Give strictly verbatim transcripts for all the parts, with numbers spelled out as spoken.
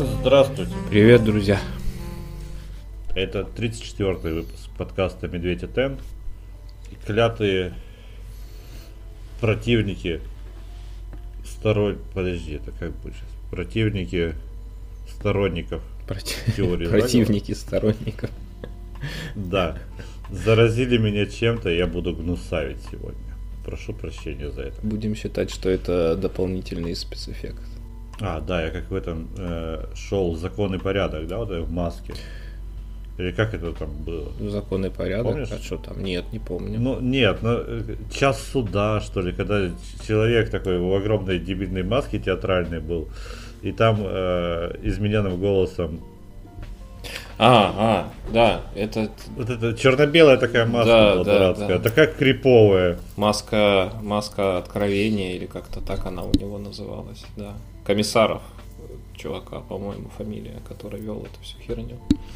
Здравствуйте. Привет, друзья. Это тридцать четвёртый выпуск подкаста «Медведь и Тен». И клятые противники сторон... Подожди, это как будет сейчас? Противники сторонников Проти- теории заговора. Противники сторонников. Да. Заразили меня чем-то, я буду гнусавить сегодня. Прошу прощения за это. Будем считать, что это дополнительный спецэффект. А, да, я как в этом э, шел «Закон и порядок», да, вот я в маске. Или как это там было? Закон и порядок. Помнишь? А что там? Нет, не помню. Ну, нет, ну, э, час суда, что ли, когда человек такой в огромной дебильной маске театральной был, и там э, измененным голосом. А, а, да, это Вот это черно-белая такая маска Да, была да, дурацкая, да. такая криповая. маска, маска откровения, или как-то так она у него называлась, да. Комиссаров, чувака, по-моему, фамилия, который вел эту всю херню.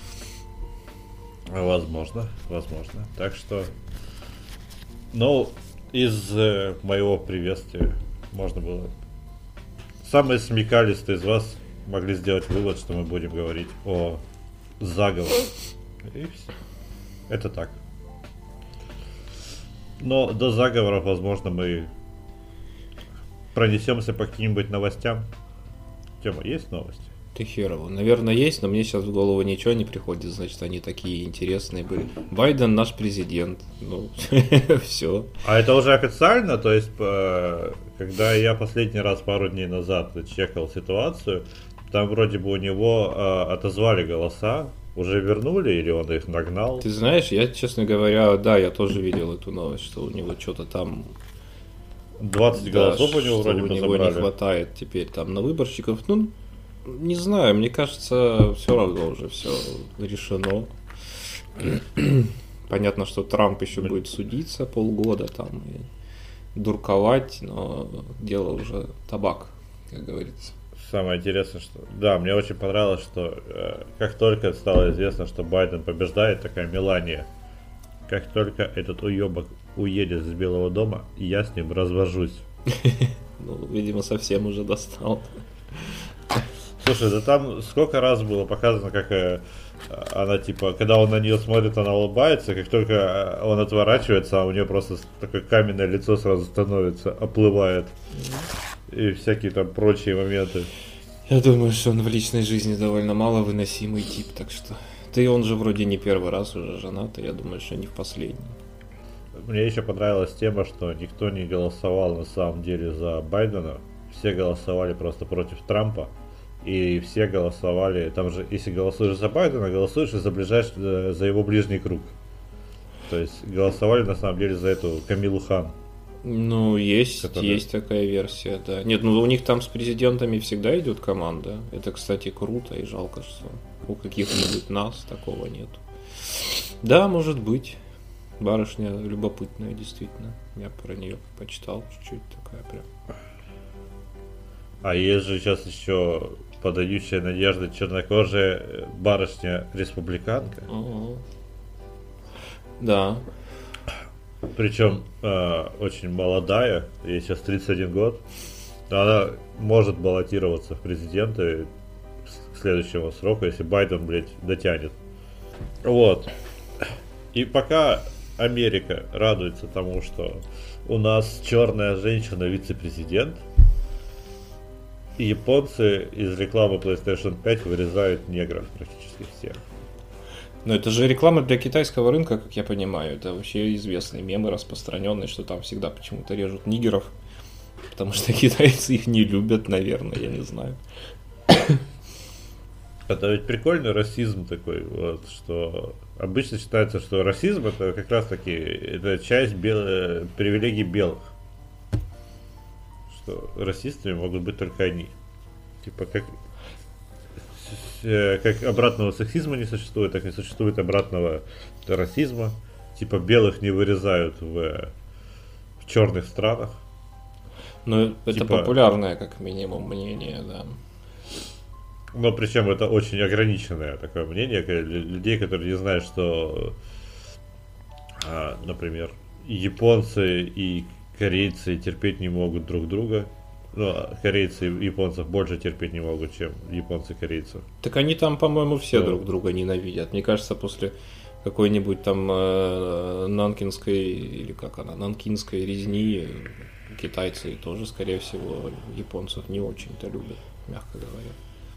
Возможно, возможно. Так что, ну, из э, моего приветствия можно было. Самые смекалистые из вас могли сделать вывод, что мы будем говорить о заговоре. И все. Это так. Но до заговоров, возможно, мы пронесемся по каким-нибудь новостям. Тема, есть новости? Ты херово. Наверное, есть, но мне сейчас в голову ничего не приходит, значит, они такие интересные были. Байден наш президент. Ну, все. А это уже официально? То есть, э, когда я последний раз пару дней назад чекал ситуацию, там вроде бы у него э, отозвали голоса, уже вернули или он их нагнал? Ты знаешь, я, честно говоря, да, я тоже видел эту новость, что у него что-то там... двадцать да, голосов у него что вроде у бы него забрали. не хватает теперь там на выборщиков. Ну, не знаю, мне кажется, все равно уже все решено. Понятно, что Трамп еще будет судиться полгода там и дурковать, но дело уже табак, как говорится. Самое интересное, что... Да, мне очень понравилось, что э, как только стало известно, что Байден побеждает, такая Мелания, как только этот уебок уедет из Белого дома, я с ним развожусь. Ну, видимо, совсем уже достал. Слушай, да там сколько раз было показано, как э, она, типа, когда он на нее смотрит, она улыбается, как только он отворачивается, а у нее просто такое каменное лицо сразу становится, оплывает. И всякие там прочие моменты. Я думаю, что он в личной жизни довольно маловыносимый тип, так что... Да и он же вроде не первый раз уже женат, и я думаю, что не в последний. Мне еще понравилась тема, что никто не голосовал на самом деле за Байдена. Все голосовали просто против Трампа. И все голосовали, там же, если голосуешь за Байдена, голосуешь и за ближайший, за его ближний круг. То есть голосовали на самом деле за эту Камилу Хан. Ну, есть, Которая... есть такая версия, да. Нет, ну у них там с президентами всегда идет команда. Это, кстати, круто, и жалко, что у каких-нибудь нас такого нет. Да, может быть. Барышня любопытная, действительно. Я про нее почитал чуть-чуть, такая прям. А есть же сейчас еще подающая надежды чернокожая барышня-республиканка. Ага. Да. Причем э, очень молодая, ей сейчас тридцать один год. Она может баллотироваться в президенты к следующему сроку, если Байден, блядь, дотянет. Вот. И пока Америка радуется тому, что у нас черная женщина вице-президент, японцы из рекламы PlayStation пять вырезают негров практически всех. Но это же реклама для китайского рынка, как я понимаю. Это вообще известные мемы распространенные, что там всегда почему-то режут нигеров. Потому что китайцы их не любят, наверное, я не знаю. Это ведь прикольный расизм такой, вот, что обычно считается, что расизм это как раз таки это часть бел... привилегий белых. Что расистами могут быть только они. Типа как как обратного сексизма не существует, так не существует обратного расизма. Типа белых не вырезают в, в черных странах. Ну, это типа... популярное, как минимум, мнение, да. Но причем это очень ограниченное такое мнение людей, которые не знают, что, например, японцы и корейцы терпеть не могут друг друга. Ну, а корейцы японцев больше терпеть не могут, чем японцы корейцев. Так они там, по-моему, все Ну. друг друга ненавидят. Мне кажется, после какой-нибудь там э, нанкинской, или как она, нанкинской резни, э, китайцы тоже, скорее всего, японцев не очень-то любят, мягко говоря.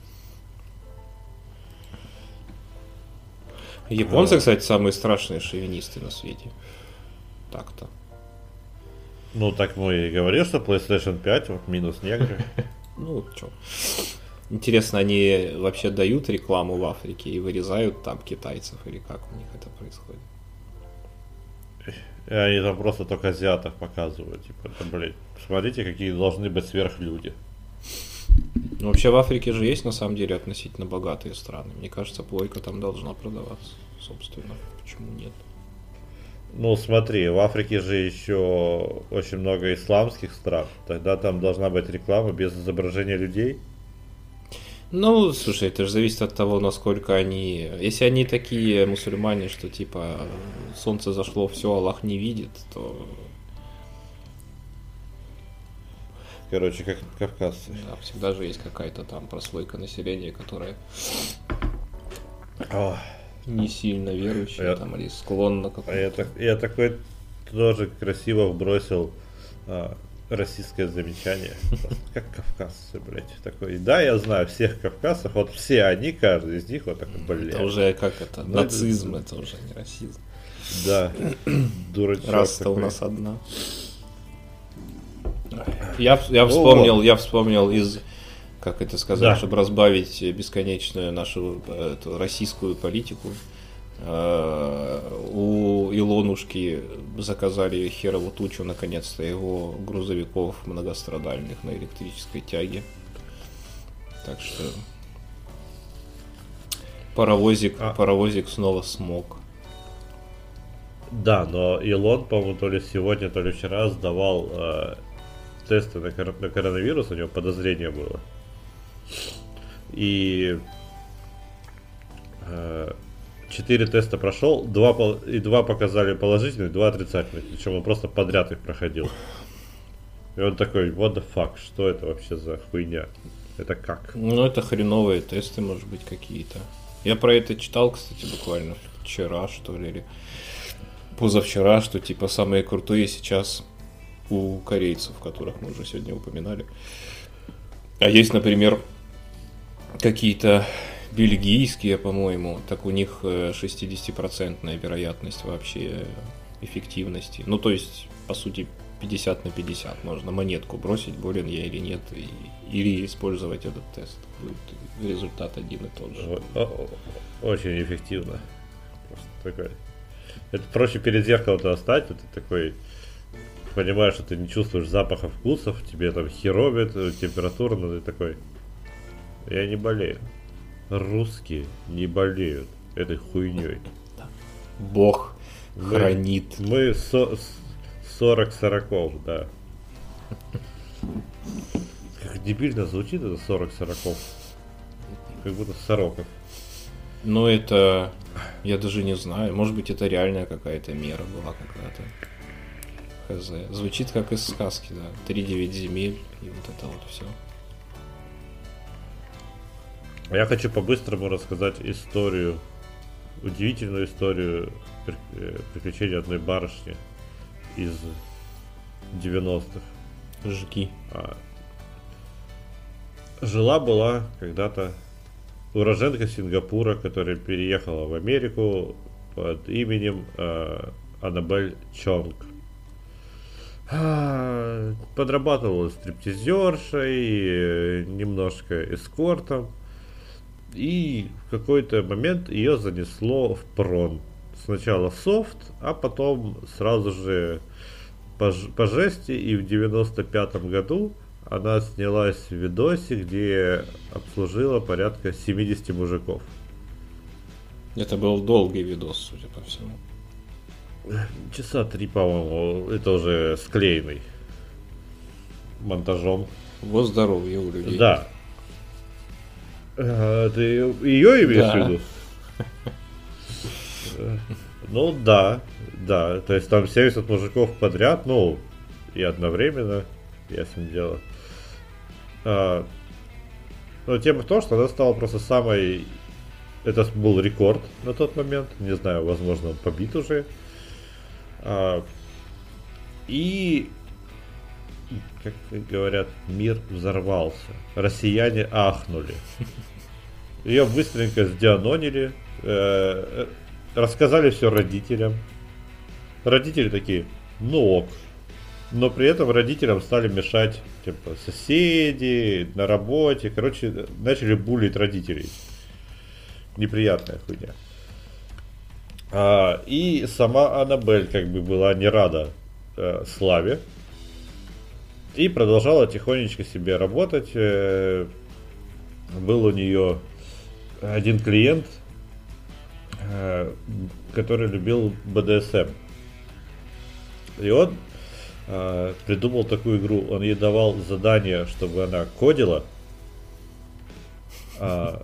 Японцы, А. кстати, самые страшные шовинисты на свете. Так-то. Ну, так мы и говорили, что PlayStation пять, вот, минус негры. Ну, чё. Интересно, они вообще дают рекламу в Африке и вырезают там китайцев, или как у них это происходит? И они там просто только азиатов показывают. Типа, это, блядь, смотрите, какие должны быть сверхлюди. Ну, вообще в Африке же есть на самом деле относительно богатые страны. Мне кажется, плойка там должна продаваться, собственно. Почему нет? Ну, смотри, в Африке же еще очень много исламских стран. Тогда там должна быть реклама без изображения людей. Ну, слушай, это же зависит от того, насколько они... Если они такие мусульмане, что типа солнце зашло, все, Аллах не видит, то... Короче, как кавказцы. Да, всегда же есть какая-то там прослойка населения, которая О, не сильно верующая, Я- там, или склонна к а я, так, я такой тоже красиво вбросил а, российское замечание. Как кавказцы, блядь. Такой, да, я знаю всех кавказцев, вот все они, каждый из них вот такой, блядь. Это уже как это, Ну, нацизм, это уже не расизм. Да, дурачок Раз-то у такой. нас одна. Я, я вспомнил, я вспомнил из, как это сказать, Да. чтобы разбавить бесконечную нашу э, эту российскую политику. Э, У Илонушки заказали херову тучу, наконец-то, его грузовиков многострадальных на электрической тяге. Так что паровозик, А. паровозик снова смог. Да, но Илон, по-моему, то ли сегодня, то ли вчера сдавал э, тесты на, кор- на коронавирус, у него подозрение было. И э, четыре теста прошел, два, пол- и два показали положительных, два отрицательных. Причем он просто подряд их проходил. И он такой, what the fuck, что это вообще за хуйня? Это как? Ну, это хреновые тесты, может быть, какие-то. Я про это читал, кстати, буквально вчера, что ли, или позавчера, что типа самые крутые сейчас у корейцев, которых мы уже сегодня упоминали. А есть, например, какие-то бельгийские, по-моему, так у них шестидесятипроцентная вероятность вообще эффективности. Ну, то есть, по сути, пятьдесят на пятьдесят. Можно монетку бросить, болен я или нет, и, или использовать этот тест. Будет результат один и тот же. О- о- Очень эффективно. Просто такой. Это проще перед зеркалом-то встать, вот ты такой понимаешь, что ты не чувствуешь запаха вкусов, тебе там херовит, температура, но ты такой, я не болею. Русские не болеют этой хуйней. Бог Мы- хранит. Мы со- с- сорок сороков, да. Как дебильно звучит это сорок сороков. Как будто сороков. Но это, я даже не знаю, может быть, это реальная какая-то мера была когда-то. Хз. Звучит как из сказки, да. Три девять земель и вот это вот все. Я хочу по-быстрому рассказать историю, удивительную историю при- э, приключений одной барышни из девяностых. Жги. А, Жила-была когда-то уроженка Сингапура, которая переехала в Америку под именем э, Аннабель Чонг. А, Подрабатывала стриптизершей, э, немножко эскортом. И в какой-то момент ее занесло в прон. Сначала в софт, а потом сразу же по, ж- по жести. И в девяносто пятом году она снялась в видосе, где обслужила порядка семьдесят мужиков. Это был долгий видос, судя по всему. Часа три, по-моему, это уже склеенный монтажом. Во здоровье у людей. Да. А, ты ее имеешь Да. в виду? Э, Ну да, да. То есть там семьдесят мужиков подряд, ну, и одновременно, ясно дело. А, но тема в том, что она стала просто самой... Это был рекорд на тот момент. Не знаю, возможно, он побит уже. А, и, как говорят, мир взорвался. Россияне ахнули. Ее быстренько сдианонили. Э, рассказали все родителям. Родители такие, ну ок. Но при этом родителям стали мешать типа, соседи, на работе. Короче, начали булить родителей. Неприятная хуйня. А, и сама Аннабель как бы была не рада э, славе. И продолжала тихонечко себе работать. Э, был у нее один клиент, э, который любил бэ дэ эс эм. И он э, придумал такую игру. Он ей давал задание, чтобы она кодила. А,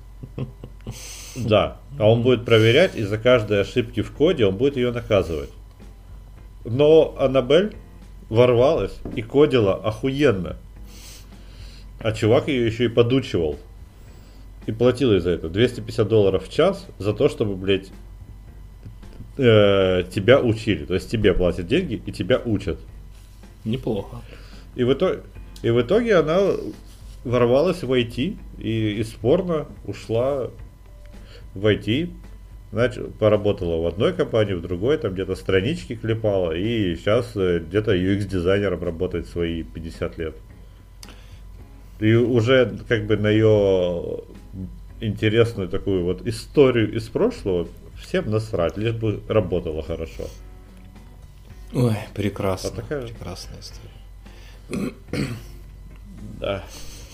да. А он будет проверять, и за каждые ошибки в коде он будет ее наказывать. Но Аннабель ворвалась и кодила охуенно. А чувак ее еще и подучивал. И платил ей за это двести пятьдесят долларов в час за то, чтобы, блядь, э, тебя учили. То есть тебе платят деньги и тебя учат. Неплохо. И в итоге, и в итоге она ворвалась в ай ти и из порно ушла в ай ти. Нач... Поработала в одной компании, в другой, там где-то странички клепала. И сейчас где-то ю экс-дизайнером работает свои пятьдесят лет. И уже как бы на ее интересную такую вот историю из прошлого всем насрать, лишь бы работала хорошо. Ой, прекрасно. А такая... Прекрасная история. Да.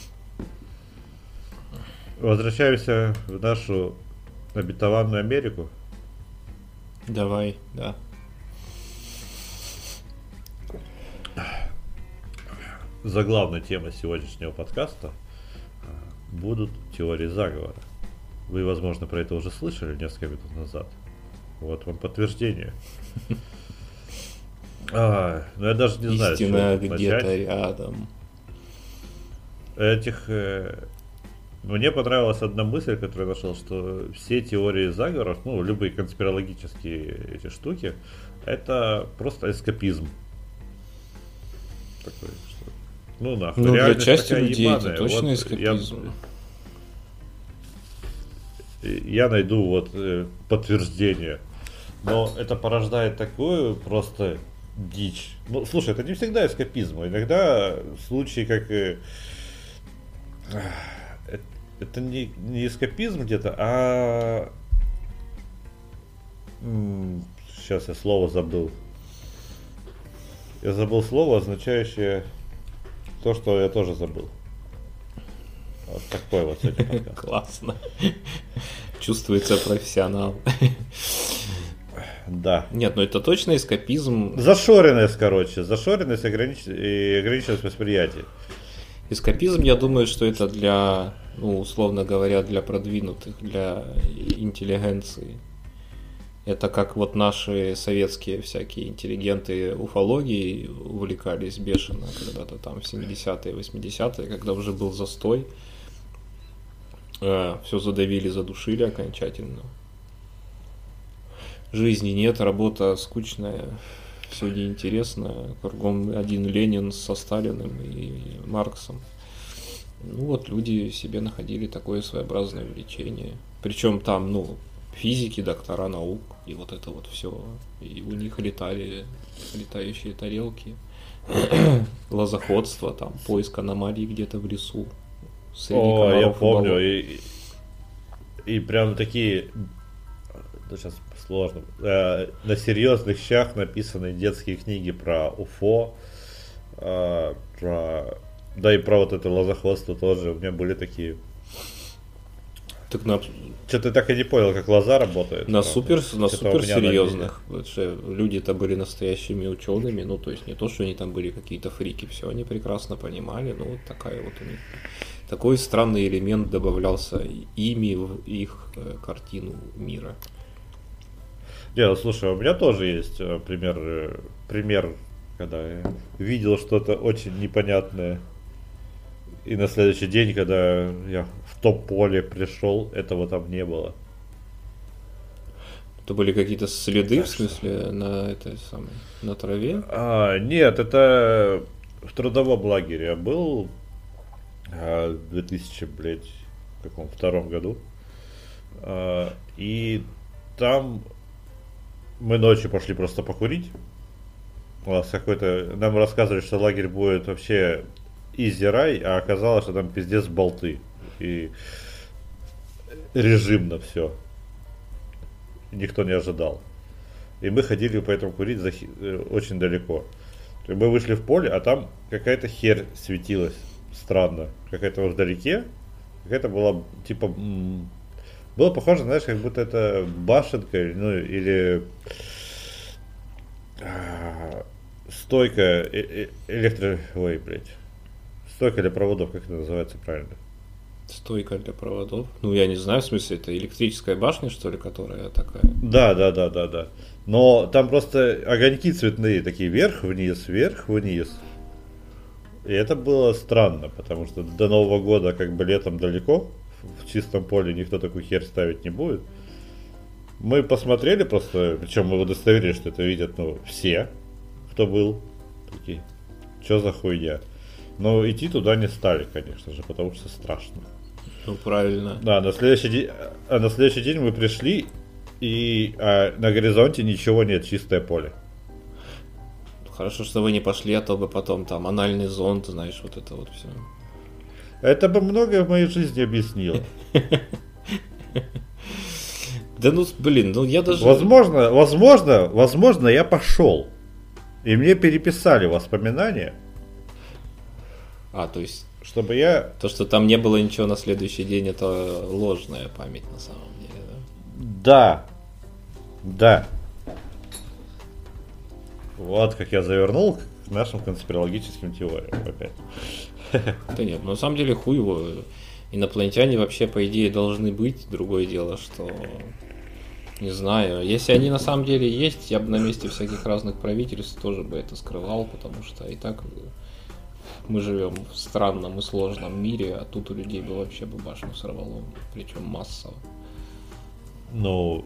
Возвращаемся в нашу обетованную Америку. Давай, да. Заглавная тема сегодняшнего подкаста будут теории заговора. Вы, возможно, про это уже слышали несколько минут назад. Вот вам подтверждение. А, ну я даже не знаю, истина где-то рядом. Этих... Э, мне понравилась одна мысль, которую я нашел, что все теории заговоров, ну, любые конспирологические эти штуки, это просто эскапизм. Такой, что... Ну, нахуй. Ну, для части людей ебаная. Это точно вот эскапизм. Я, я найду вот э, подтверждение. Но это порождает такую просто дичь. Ну, слушай, это не всегда эскапизм. Иногда случаи, как... Э, э, это не, не эскапизм где-то, а... М- сейчас я слово забыл. Я забыл слово, означающее то, что я тоже забыл. Вот такой вот сегодня подкаст. Классно. Чувствуется профессионал. Да. Нет, ну это точно эскапизм. Зашоренность, короче. Зашоренность огранич... и ограниченность восприятия. Эскапизм, я думаю, что это для, ну, условно говоря, для продвинутых, для интеллигенции. Это как вот наши советские всякие интеллигенты уфологией увлекались бешено когда-то там в семидесятые, восьмидесятые, когда уже был застой. Э, все задавили, задушили окончательно. Жизни нет, работа скучная, все неинтересно. Кругом один Ленин со Сталиным и Марксом. Ну вот люди себе находили такое своеобразное увлечение. Причем там, ну, физики, доктора наук, и вот это вот все. И у них летали летающие тарелки, лозоходство, там, поиск аномалий где-то в лесу. О, я помню. И, и прям такие, ну, сейчас сложно, э, на серьезных щах написаны детские книги про уфо, э, про, да и про вот это лозоходство тоже. У меня были такие. Так на... Что-то так и не понял, как лоза работает. На супер, на супер серьезных. Люди-то были настоящими учеными, ну то есть не то, что они там были какие-то фрики, все они прекрасно понимали, ну вот такая вот у них. Такой странный элемент добавлялся ими в их э, картину мира. Не, ну, слушай, у меня тоже есть э, пример, э, пример, когда я видел что-то очень непонятное И на следующий день, когда я в то поле пришел, этого там не было. Это были какие-то следы, Так в смысле, на этой самой, на траве? А, нет, это в трудовом лагере я был а, в две тысячи, блядь, каком втором году. А, и там мы ночью пошли просто покурить. У нас какой-то... Нам рассказывали, что лагерь будет вообще изи рай, а оказалось, что там пиздец болты. И режимно все. Никто не ожидал. И мы ходили поэтому курить за, очень далеко. И мы вышли в поле, а там какая-то херь светилась. Странно. Какая-то вдалеке. Какая-то была, типа... Было похоже, знаешь, как будто это башенка, ну, или... А, стойка э- э- электро... Ой, блядь. Стойка для проводов, как это называется правильно? Стойка для проводов. Ну, я не знаю, в смысле, это электрическая башня, что ли, которая такая? Да, да, да, да, да. Но там просто огоньки цветные, такие вверх-вниз, вверх-вниз. И это было странно, потому что до Нового года, как бы летом далеко, в чистом поле никто такую херь ставить не будет. Мы посмотрели просто, причем мы удостоверились, что это видят, ну, все, кто был. Такие, что за хуйня? Но идти туда не стали, конечно же, потому что страшно. Ну, правильно. Да, на следующий день, а на следующий день мы пришли, и а, на горизонте ничего нет, чистое поле. Хорошо, что вы не пошли, а то бы потом там анальный зонд, знаешь, вот это вот все. Это бы многое в моей жизни объяснило. Да ну, блин, ну я даже... Возможно, возможно, возможно, я пошел. И мне переписали воспоминания. А, то есть... Чтобы я... То, что там не было ничего на следующий день, это ложная память на самом деле, Да. да? Да. Вот как я завернул к нашим конспирологическим теориям опять. Да нет, ну, на самом деле хуй его. Инопланетяне вообще, по идее, должны быть. Другое дело, что... Не знаю. Если они на самом деле есть, я бы на месте всяких разных правительств тоже бы это скрывал, потому что и так мы живем в странном и сложном мире, а тут у людей бы вообще бы башню сорвало, причем массово. Ну,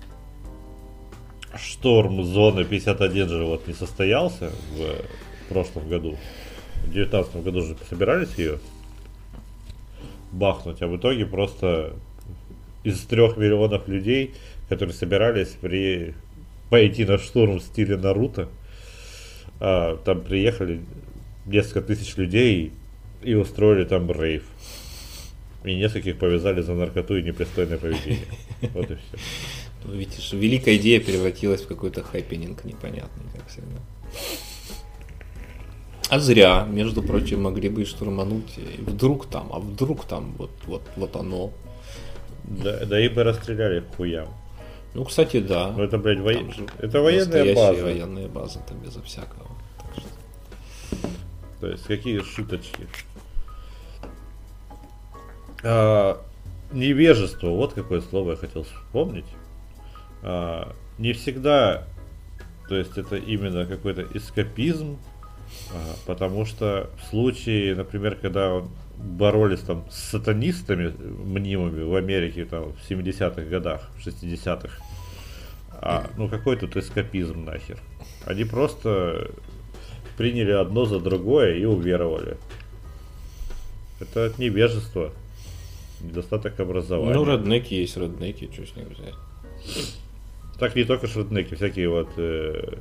шторм зоны пятьдесят один же вот не состоялся в прошлом году. В девятнадцатом году же собирались ее бахнуть, а в итоге просто из трех миллионов людей, которые собирались при... пойти на штурм в стиле Наруто, а, там приехали несколько тысяч людей и устроили там рейв. И нескольких повязали за наркоту и непристойное поведение. Вот и все. Ну, видишь, великая идея превратилась в какой-то хэппининг непонятный, как всегда. А зря, между прочим, могли бы и штурмануть. И вдруг там, а вдруг там вот, вот, вот оно. Да, да и бы расстреляли к хуям. Ну, кстати, да. Ну, это, блядь, во... Там же это военная база. военная база, там безо всякого. Так что... То есть, какие шуточки. А, невежество, вот какое слово я хотел вспомнить. А, не всегда, то есть, это именно какой-то эскапизм, а, потому что в случае, например, когда боролись там с сатанистами мнимыми в Америке там в семидесятых годах, в шестидесятых, а, ну какой тут эскапизм нахер? Они просто приняли одно за другое и уверовали. Это от невежества, недостаток образования. Ну, реднеки есть реднеки, что с них взять? Так не только реднеки, всякие вот э,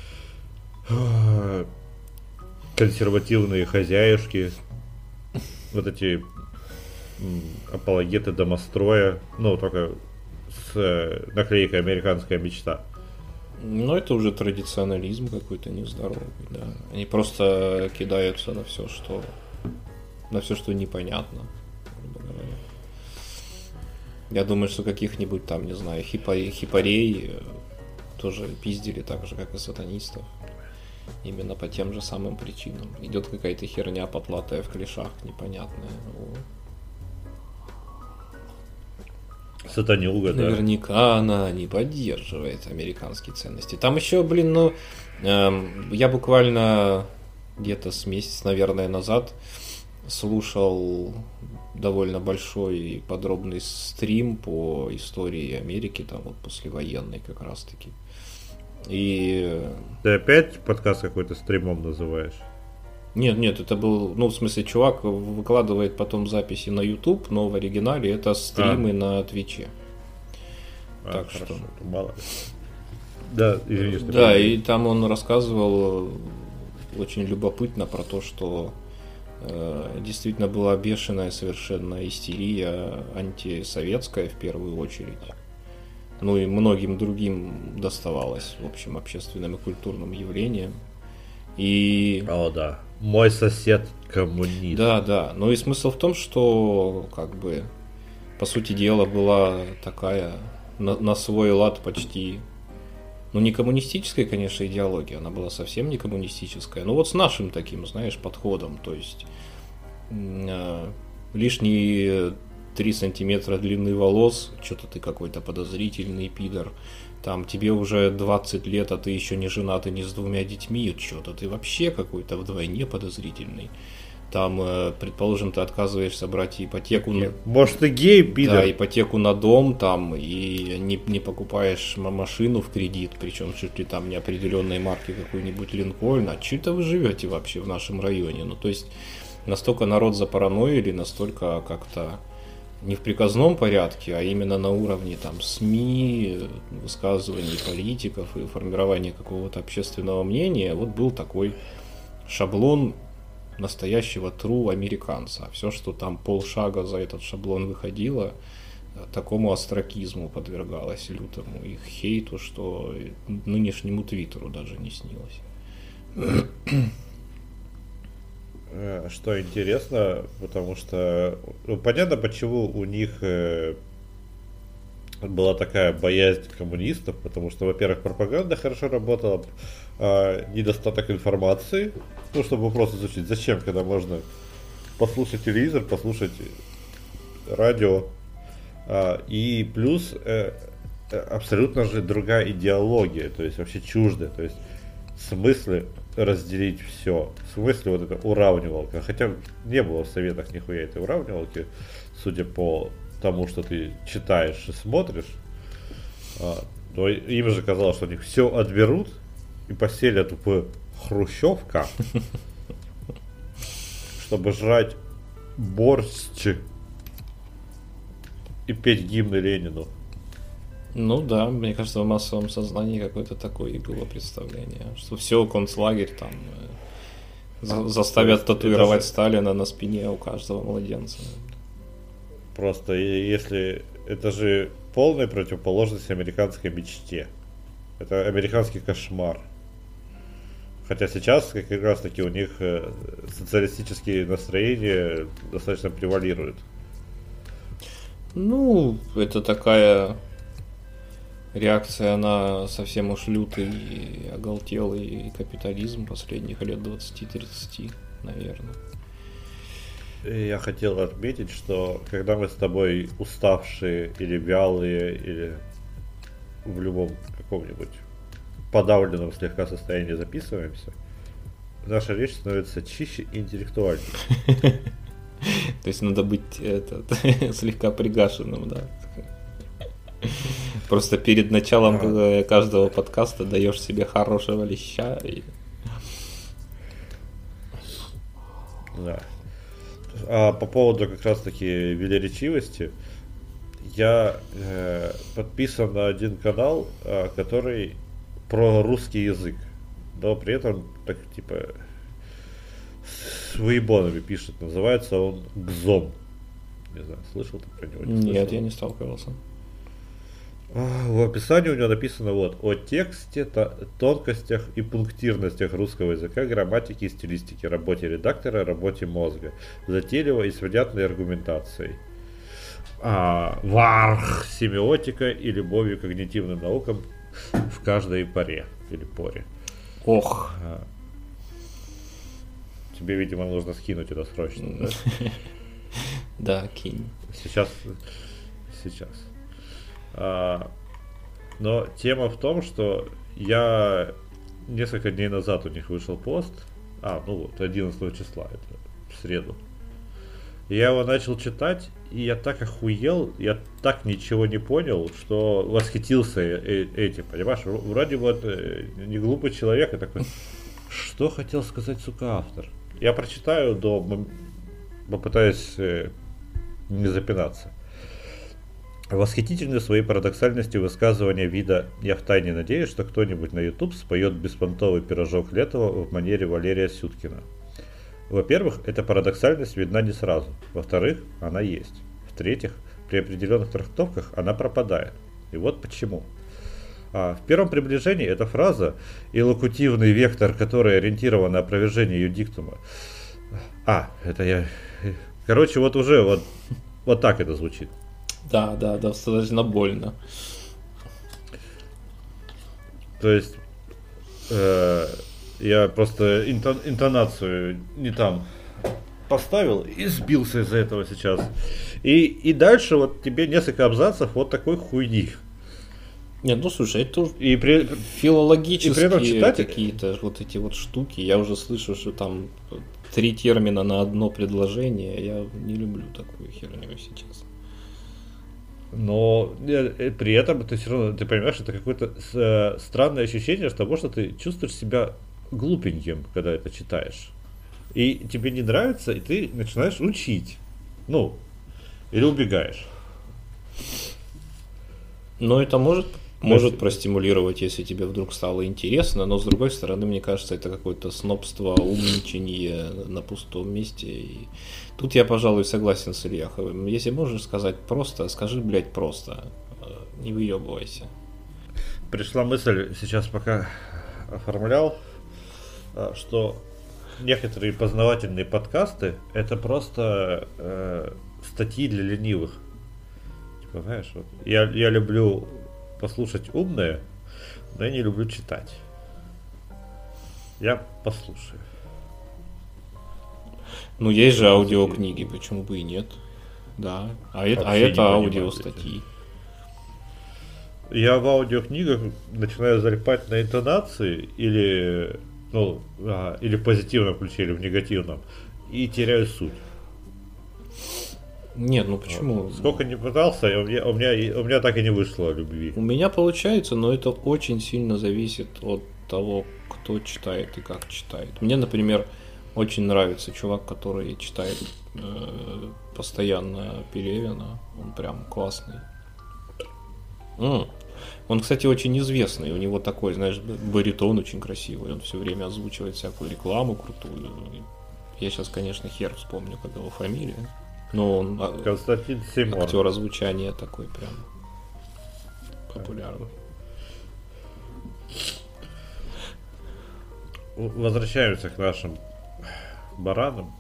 консервативные хозяюшки, вот эти м, апологеты домостроя, ну только с э, наклейкой «Американская мечта». Ну, это уже традиционализм какой-то нездоровый, да. Они просто кидаются на все, что на все, что непонятно, грубо говоря. Я думаю, что каких-нибудь там, не знаю, хипарей, хипарей тоже пиздили так же, как и сатанистов. Именно по тем же самым причинам. Идет какая-то херня потлатая в клешах, непонятная. Сатанюга, да. Наверняка она не поддерживает американские ценности. Там еще, блин, ну, эм, я буквально где-то с месяц, наверное, назад слушал довольно большой и подробный стрим по истории Америки, там вот послевоенной как раз таки. И... Ты опять подкаст какой-то стримом называешь? Нет, нет, это был, ну, в смысле, чувак выкладывает потом записи на YouTube, но в оригинале это стримы а. на Твиче. А, так хорошо, что... мало. Да, извини, что да, и там он рассказывал очень любопытно про то, что э, действительно была бешеная совершенно истерия антисоветская в первую очередь. Ну и многим другим доставалось, в общем, общественным и культурным явлениям. И... О, да. Мой сосед коммунист. Да, да. Ну и смысл в том, что, как бы, по сути дела, была такая на, на свой лад почти, ну не коммунистическая, конечно, идеология, она была совсем не коммунистическая, но вот с нашим таким, знаешь, подходом, то есть э, лишние три сантиметра длины волос, что-то ты какой-то подозрительный пидор, там тебе уже двадцать лет, а ты еще не женат и не с двумя детьми, что-то ты вообще какой-то вдвойне подозрительный. Там, предположим, ты отказываешься брать ипотеку на... Может, ты гей, пидор? Да, ипотеку на дом там, и не, не покупаешь машину в кредит, причем чуть ли там неопределенной марки какой-нибудь Линкольн. А что это вы живете вообще в нашем районе? Ну, то есть, настолько народ запараноили, настолько как-то не в приказном порядке, а именно на уровне там СМИ, высказываний политиков и формирования какого-то общественного мнения. Вот был такой шаблон настоящего true американца. А все, что там полшага за этот шаблон выходило, такому остракизму подвергалось лютому и хейту, что нынешнему твиттеру даже не снилось. Что интересно, потому что ну, понятно, почему у них э, была такая боязнь коммунистов, потому что, во-первых, пропаганда хорошо работала, э, недостаток информации, ну, чтобы просто изучить, зачем, когда можно послушать телевизор, послушать радио, э, и плюс э, абсолютно же другая идеология, то есть вообще чуждая, то есть смыслы разделить все. В смысле вот это уравнивалка. Хотя не было в советах нихуя этой уравнивалки, судя по тому, что ты читаешь и смотришь. Но им же казалось, что у них все отберут и поселят в хрущевка, чтобы жрать борщ и петь гимны Ленину. Ну да, мне кажется, в массовом сознании какое-то такое и было представление, что все, концлагерь там э, за- заставят татуировать же... Сталина на спине у каждого младенца. Просто если это же полная противоположность американской мечте. Это американский кошмар. Хотя сейчас как раз таки у них э, социалистические настроения достаточно превалируют. Ну, это такая реакция на совсем уж лютый и оголтелый капитализм последних лет двадцати-тридцати, наверное. Я хотел отметить, что когда мы с тобой уставшие или вялые, или в любом каком-нибудь подавленном слегка состоянии записываемся, наша речь становится чище и интеллектуальнее. То есть надо быть этот, слегка пригашенным, да? Просто перед началом а. каждого подкаста даешь себе хорошего леща. И... Да. А по поводу как раз таки велеречивости, я э, подписан на один канал, э, который про русский язык, но при этом так типа с выебонами пишет. Называется он Гзом. Не знаю, слышал ты про него? Не Нет, слышал? Я не сталкивался. В описании у него написано вот о тексте, тонкостях и пунктирностях русского языка, грамматики и стилистики, работе редактора, работе мозга, затейливой и с внятной аргументацией, а, варх, семиотика и любовью к когнитивным наукам в каждой поре или поре. Ох. А, тебе, видимо, нужно скинуть это срочно, да? Да, кинь. Сейчас, сейчас. А, но тема в том, что я несколько дней назад у них вышел пост, а, ну вот, одиннадцатого числа, это в среду, Я его начал читать, и я так охуел, я так ничего не понял, что восхитился э- этим, понимаешь? Вроде вот э, не глупый человек, и такой, что хотел сказать, сука, автор? Я прочитаю, до, попытаюсь э, не запинаться. Восхитительны своей парадоксальностью высказывания вида «Я втайне надеюсь, что кто-нибудь на YouTube споет беспонтовый пирожок Летова в манере Валерия Сюткина». Во-первых, эта парадоксальность видна не сразу. Во-вторых, она есть. В-третьих, при определенных трактовках она пропадает. И вот почему. А, в первом приближении эта фраза и локутивный вектор, который ориентирован на опровержение ее диктума. А, это я... Короче, вот уже вот, вот так это звучит. Да, да, достаточно больно. То есть э, я просто интон, интонацию не там поставил и сбился из-за этого сейчас. И, и дальше вот тебе несколько абзацев вот такой хуйни. Нет, ну слушай, это и при, филологические и при читать... какие-то вот эти вот штуки. Я уже слышу, что там три термина на одно предложение. Я не люблю такую херню, если честно. Но э, при этом ты все равно, ты понимаешь, это какое-то э, странное ощущение того, что ты чувствуешь себя глупеньким, когда это читаешь. И тебе не нравится, и ты начинаешь учить. Ну, или убегаешь. Но это может, может простимулировать, если тебе вдруг стало интересно, но с другой стороны, мне кажется, это какое-то снобство, умничание на пустом месте. И тут я, пожалуй, согласен с Ильяховым. Если можешь сказать просто, скажи, блядь, просто. Не выебывайся. Пришла мысль, сейчас пока оформлял, что некоторые познавательные подкасты это просто э, статьи для ленивых. Типа, знаешь, вот я, я люблю послушать умное, но я не люблю читать. Я послушаю. Ну, есть же аудиокниги, почему бы и нет? Да. А это, а это аудиостатьи. Я в аудиокнигах начинаю залипать на интонации или, ну, а, или в позитивном ключе, или в негативном, и теряю суть. Нет, ну почему? Вот. Сколько не пытался, у меня, у, меня, у меня так и не вышло любви. У меня получается, но это очень сильно зависит от того, кто читает и как читает. Мне, например, очень нравится чувак, который читает э, постоянно Пелевина. Он прям классный. М. Он, кстати, очень известный. У него такой, знаешь, баритон очень красивый. Он все время озвучивает всякую рекламу крутую. Я сейчас, конечно, хер вспомню, как его фамилия. Но он Константин Симон. Актер озвучания такой прям популярный. Возвращаемся к нашим баранам.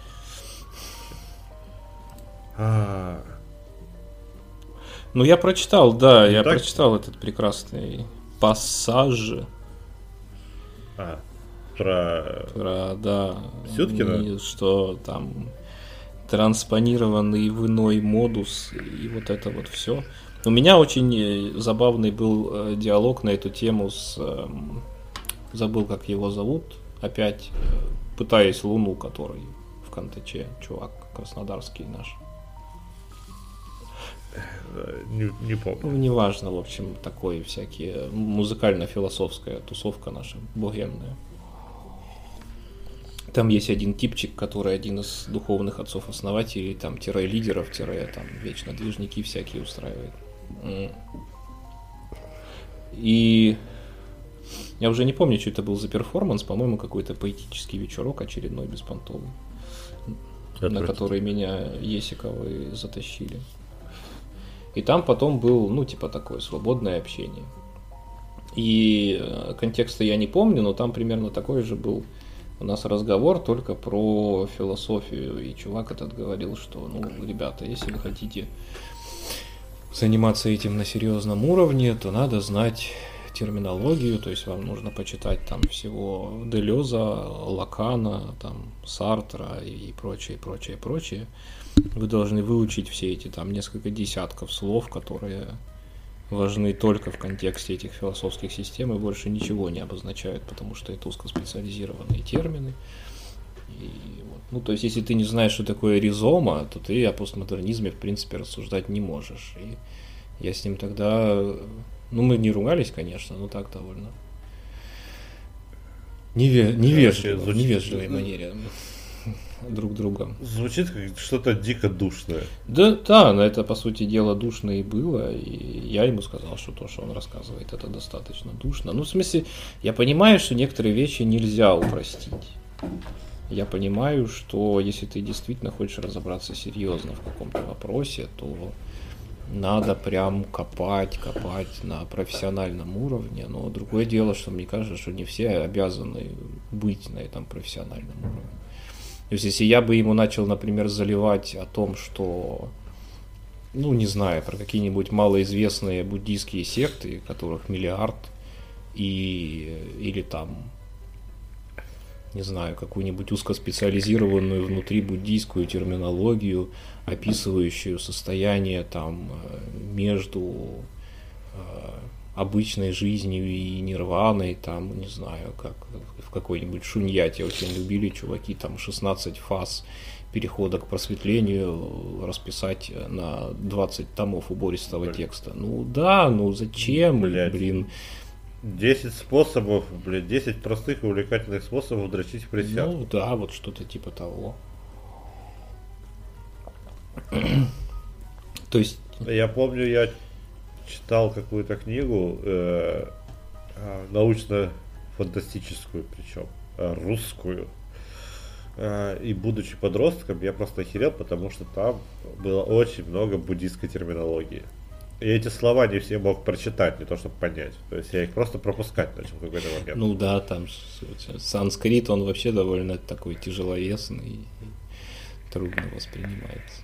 А... Ну, я прочитал, да, Не я так? прочитал этот прекрасный пассаж. А, про... Про, да. Сюткина? И что там транспонированный в иной модус и вот это вот все. У меня очень забавный был диалог на эту тему с... Забыл, как его зовут. Опять пытаясь Луну, который в Кантаче, чувак краснодарский наш. Не, не помню. Ну, неважно, в общем, такое всякие музыкально-философская тусовка наша, богемная. Там есть один типчик, который один из духовных отцов-основателей, там, тире-лидеров, тире, там, вечно движники всякие устраивает. И я уже не помню, что это был за перформанс, по-моему, какой-то поэтический вечерок очередной беспонтовый, на который меня Есиковы затащили. И там потом был, ну, типа такое свободное общение. И контекста я не помню, но там примерно такой же был у нас разговор только про философию. И чувак этот говорил, что, ну, ребята, если вы хотите заниматься этим на серьезном уровне, то надо знать терминологию, то есть вам нужно почитать там всего Делеза, Лакана, там, Сартра и прочее, прочее, прочее. Вы должны выучить все эти там несколько десятков слов, которые важны только в контексте этих философских систем и больше ничего не обозначают, потому что это узкоспециализированные термины. И вот. Ну, то есть, если ты не знаешь, что такое ризома, то ты о постмодернизме, в принципе, рассуждать не можешь. И я с ним тогда... Ну, мы не ругались, конечно, но так довольно неве... невежливо, в невежливой манере друг друга. Звучит как что-то дико душное. Да, да, но это, по сути дела, душно и было, и я ему сказал, что то, что он рассказывает, это достаточно душно. Ну, в смысле, я понимаю, что некоторые вещи нельзя упростить. Я понимаю, что если ты действительно хочешь разобраться серьезно в каком-то вопросе, то надо прям копать, копать на профессиональном уровне. Но другое дело, что мне кажется, что не все обязаны быть на этом профессиональном уровне. То есть, если я бы ему начал, например, заливать о том, что, ну, не знаю, про какие-нибудь малоизвестные буддийские секты, которых миллиард, и, или там, не знаю, какую-нибудь узкоспециализированную внутри буддийскую терминологию, описывающую состояние там между обычной жизнью и нирваной, там, не знаю, как в какой-нибудь шуньяте очень любили чуваки, там, шестнадцать фаз перехода к просветлению расписать на двадцать томов убористого текста. Ну да, ну зачем, Блядь. блин. десять способов, блядь, десять простых и увлекательных способов дрочить в присядку. Ну да, вот что-то типа того. То есть... Я помню, я читал какую-то книгу, э, научно-фантастическую, причем э, русскую. Э, и будучи подростком, я просто охерел, потому что там было очень много буддийской терминологии. И эти слова не все мог прочитать, не то чтобы понять. То есть я их просто пропускать начал в какой-то момент. Ну да, там санскрит, он вообще довольно такой тяжеловесный и трудно воспринимается.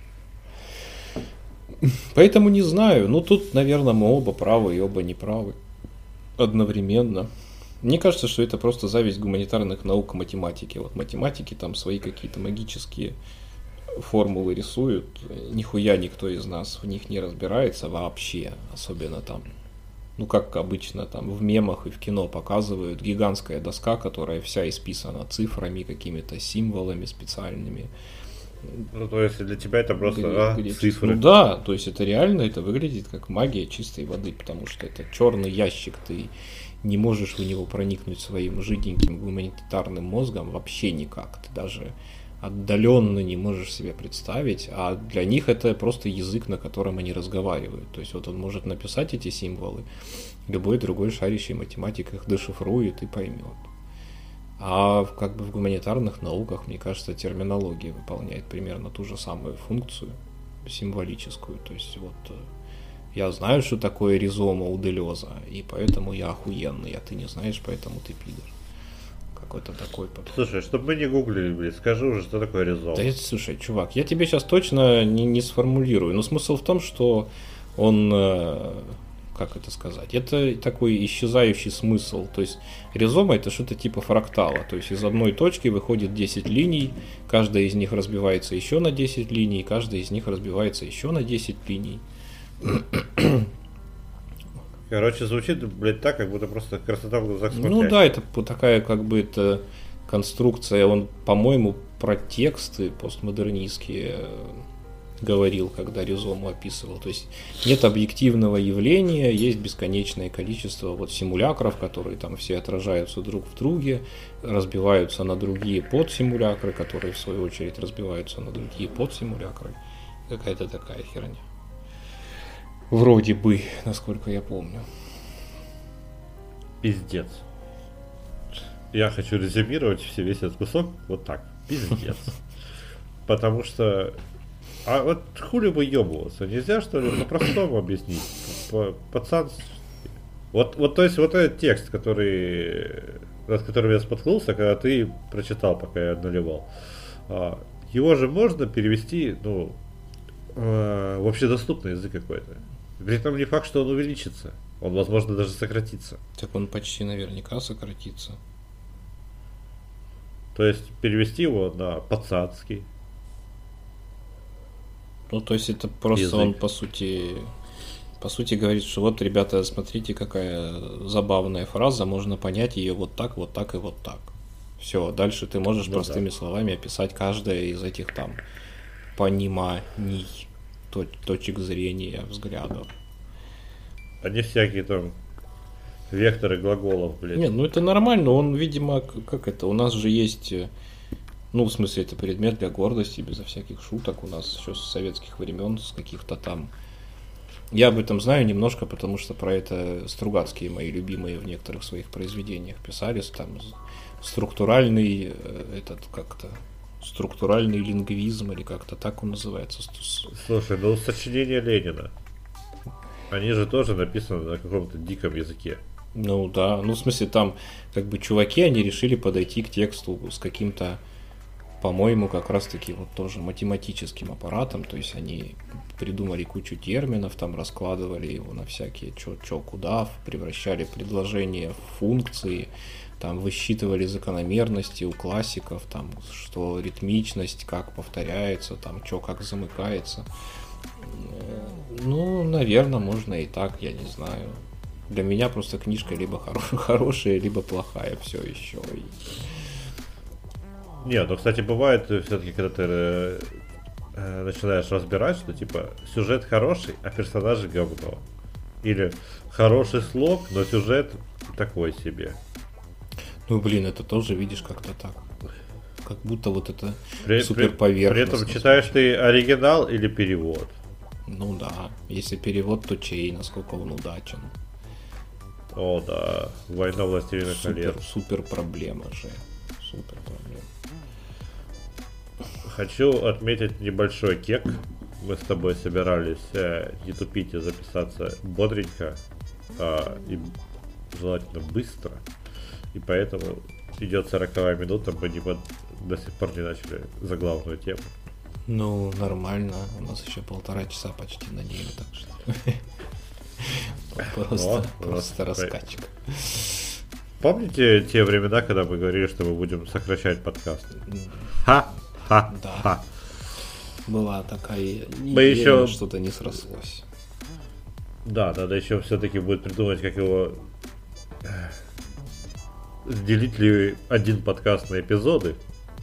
Поэтому не знаю. Ну, тут, наверное, мы оба правы и оба неправы одновременно. Мне кажется, что это просто зависть гуманитарных наук к математике. Вот математики там свои какие-то магические формулы рисуют. Нихуя никто из нас в них не разбирается вообще. Особенно там, ну, как обычно там в мемах и в кино показывают, гигантская доска, которая вся исписана цифрами, какими-то символами специальными. Ну, то есть для тебя это просто Где, а, где цифры. Ну да, то есть это реально, это выглядит как магия чистой воды, потому что это черный ящик, ты не можешь в него проникнуть своим жиденьким гуманитарным мозгом вообще никак, ты даже отдаленно не можешь себе представить, а для них это просто язык, на котором они разговаривают. То есть вот он может написать эти символы, любой другой шарящий математик их дешифрует и поймет. А как бы в гуманитарных науках, мне кажется, терминология выполняет примерно ту же самую функцию символическую. То есть вот я знаю, что такое ризома у Делеза, и поэтому я охуенный, а ты не знаешь, поэтому ты пидор. Какой-то такой подход. Слушай, чтобы мы не гуглили, блин, скажи уже, что такое ризома. Да это, слушай, чувак, я тебе сейчас точно не, не сформулирую, но смысл в том, что он... Как это сказать? Это такой исчезающий смысл. То есть ризома это что-то типа фрактала. То есть из одной точки выходит десять линий, каждая из них разбивается еще на десять линий, каждая из них разбивается еще на десять линий. Короче, звучит, блядь, так, как будто просто красота в глазах смотрящих. Ну да, это такая как бы это конструкция. Он, по-моему, про тексты постмодернистские говорил, когда ризому описывал. То есть нет объективного явления, есть бесконечное количество вот симулякров, которые там все отражаются друг в друге, разбиваются на другие подсимулякры, которые в свою очередь разбиваются на другие подсимулякры. Какая-то такая херня. Вроде бы, насколько я помню. Пиздец. Я хочу резюмировать все весь этот кусок вот так. Пиздец. Потому что а вот хули бы ебываться, нельзя что ли по-простому объяснить? Пацан... Вот, вот, то есть, вот этот текст, который, над которым я споткнулся, когда ты прочитал, пока я наливал, его же можно перевести, ну, в общедоступный язык какой-то. При этом не факт, что он увеличится. Он, возможно, даже сократится. Так он почти наверняка сократится. То есть, перевести его на пацанский. Ну, то есть это просто язык. Он, по сути, по сути говорит, что вот, ребята, смотрите, какая забавная фраза, можно понять ее вот так, вот так и вот так. Все, дальше ты можешь Ну простыми да. словами описать каждое из этих там пониманий, то- точек зрения, взглядов. А не всякие там векторы глаголов, блядь. Не, ну это нормально, он, видимо, к- как это, у нас же есть, э, ну, в смысле, это предмет для гордости, безо всяких шуток, у нас еще с советских времен, с каких-то там. Я об этом знаю немножко, потому что про это Стругацкие, мои любимые, в некоторых своих произведениях писали, там с- структуральный, э, этот, как-то, структуральный лингвизм, или как-то так он называется. С- с- Слушай, ну сочинения Ленина, они же тоже написаны на каком-то диком языке. Ну да, ну в смысле, там, как бы, чуваки, они решили подойти к тексту с каким-то, по-моему, как раз-таки вот тоже математическим аппаратом, то есть они придумали кучу терминов, там раскладывали его на всякие чё, чё, куда, превращали предложения в функции, там высчитывали закономерности у классиков, там, что ритмичность, как повторяется, там, чё, как замыкается. Э, Ну, наверное, можно и так, я не знаю. Для меня просто книжка либо хоро- хорошая, либо плохая все еще. И Не, ну, кстати, бывает все-таки, когда ты э, э, начинаешь разбирать, что типа сюжет хороший, а персонажи говно. Или хороший слог, но сюжет такой себе. Ну, блин, это тоже, видишь, как-то так. Как будто вот это При, при- супер при поверхностно. этом читаешь ты оригинал или перевод. Ну да, если перевод, то чей, насколько он удачен. О, да. Война властелина колец. Супер, супер проблема же. Супер проблема. Хочу отметить небольшой кек. Мы с тобой собирались э, не тупить и записаться бодренько, а, и желательно быстро. И поэтому идет сороковая минута, мы не, под- до сих пор не начали заглавную тему. Ну, нормально. У нас еще полтора часа почти на ней, так что. Просто, Вот, просто вот. раскачка. Помните те времена, когда мы говорили, что мы будем сокращать подкаст? Ха-ха-ха. Да. Была такая Мы идея, еще- но что-то не срослось. Да, надо еще все-таки будет придумать, как его э, разделить ли один подкаст на эпизоды.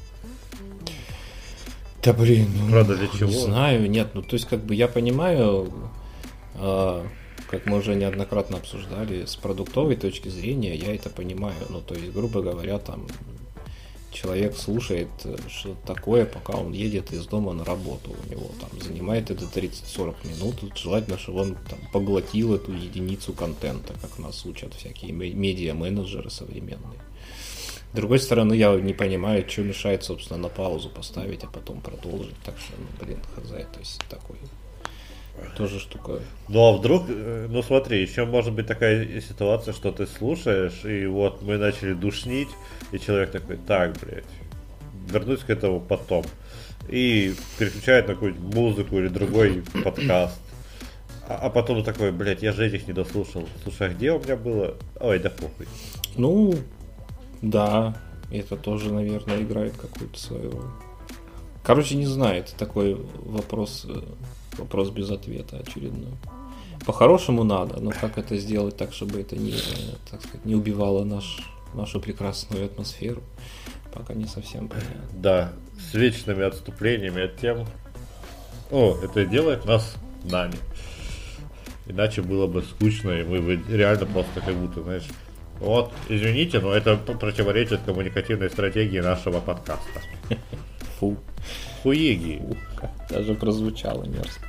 Да блин, ну, Правда, для чего? не знаю, нет, ну то есть как бы я понимаю, э, как мы уже неоднократно обсуждали, с продуктовой точки зрения я это понимаю, ну то есть, грубо говоря, там человек слушает э, что-то такое, пока он едет из дома на работу, у него там занимает это тридцать-сорок минут, желательно, чтобы он там поглотил эту единицу контента, как нас учат всякие ме- медиа-менеджеры современные. С другой стороны, я не понимаю, что мешает, собственно, на паузу поставить, а потом продолжить. Так что, ну, блин, хз, то есть такой тоже штука. Ну а вдруг, э, ну смотри, еще может быть такая ситуация, что ты слушаешь, и вот мы начали душнить, и человек такой, так, блядь, вернусь к этому потом. И переключает на какую-нибудь музыку или другой подкаст. А, а потом такой, блядь, я же этих не дослушал. Слушай, а где у меня было? Ой, да похуй. Ну, да, это тоже, наверное, играет какую-то свою роль. Короче, не знаю, это такой вопрос, э, вопрос без ответа очередной. По-хорошему надо, но как это сделать так, чтобы это не, э, так сказать, не убивало наш, нашу прекрасную атмосферу, пока не совсем понятно. Да, с вечными отступлениями от тем. О, это и делает нас нами. Иначе было бы скучно, и мы бы реально просто как будто, знаешь, вот, извините, но это п- противоречит коммуникативной стратегии нашего подкаста. Фу, Хуеги. фу, как даже прозвучало мерзко.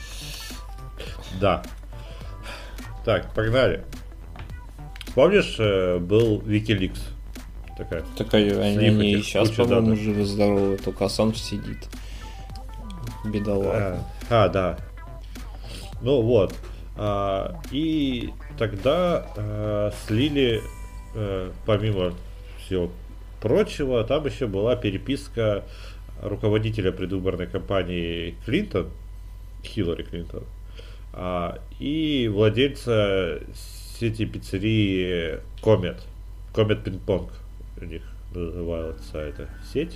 Да. Так, погнали. Помнишь, э, был Wikileaks? Такая. Такая, они, Слив они и этих сейчас, куча по-моему, данных. живы-здоровы, только Ассанж сидит. Бедолага. А, а, да. Ну вот. А, и тогда а, слили, э, помимо всего прочего, там еще была переписка руководителя предвыборной кампании Клинтон, Хиллари Клинтон, а, и владельца сети пиццерии Комет. Комет Пинг-Понг у них называется эта сеть.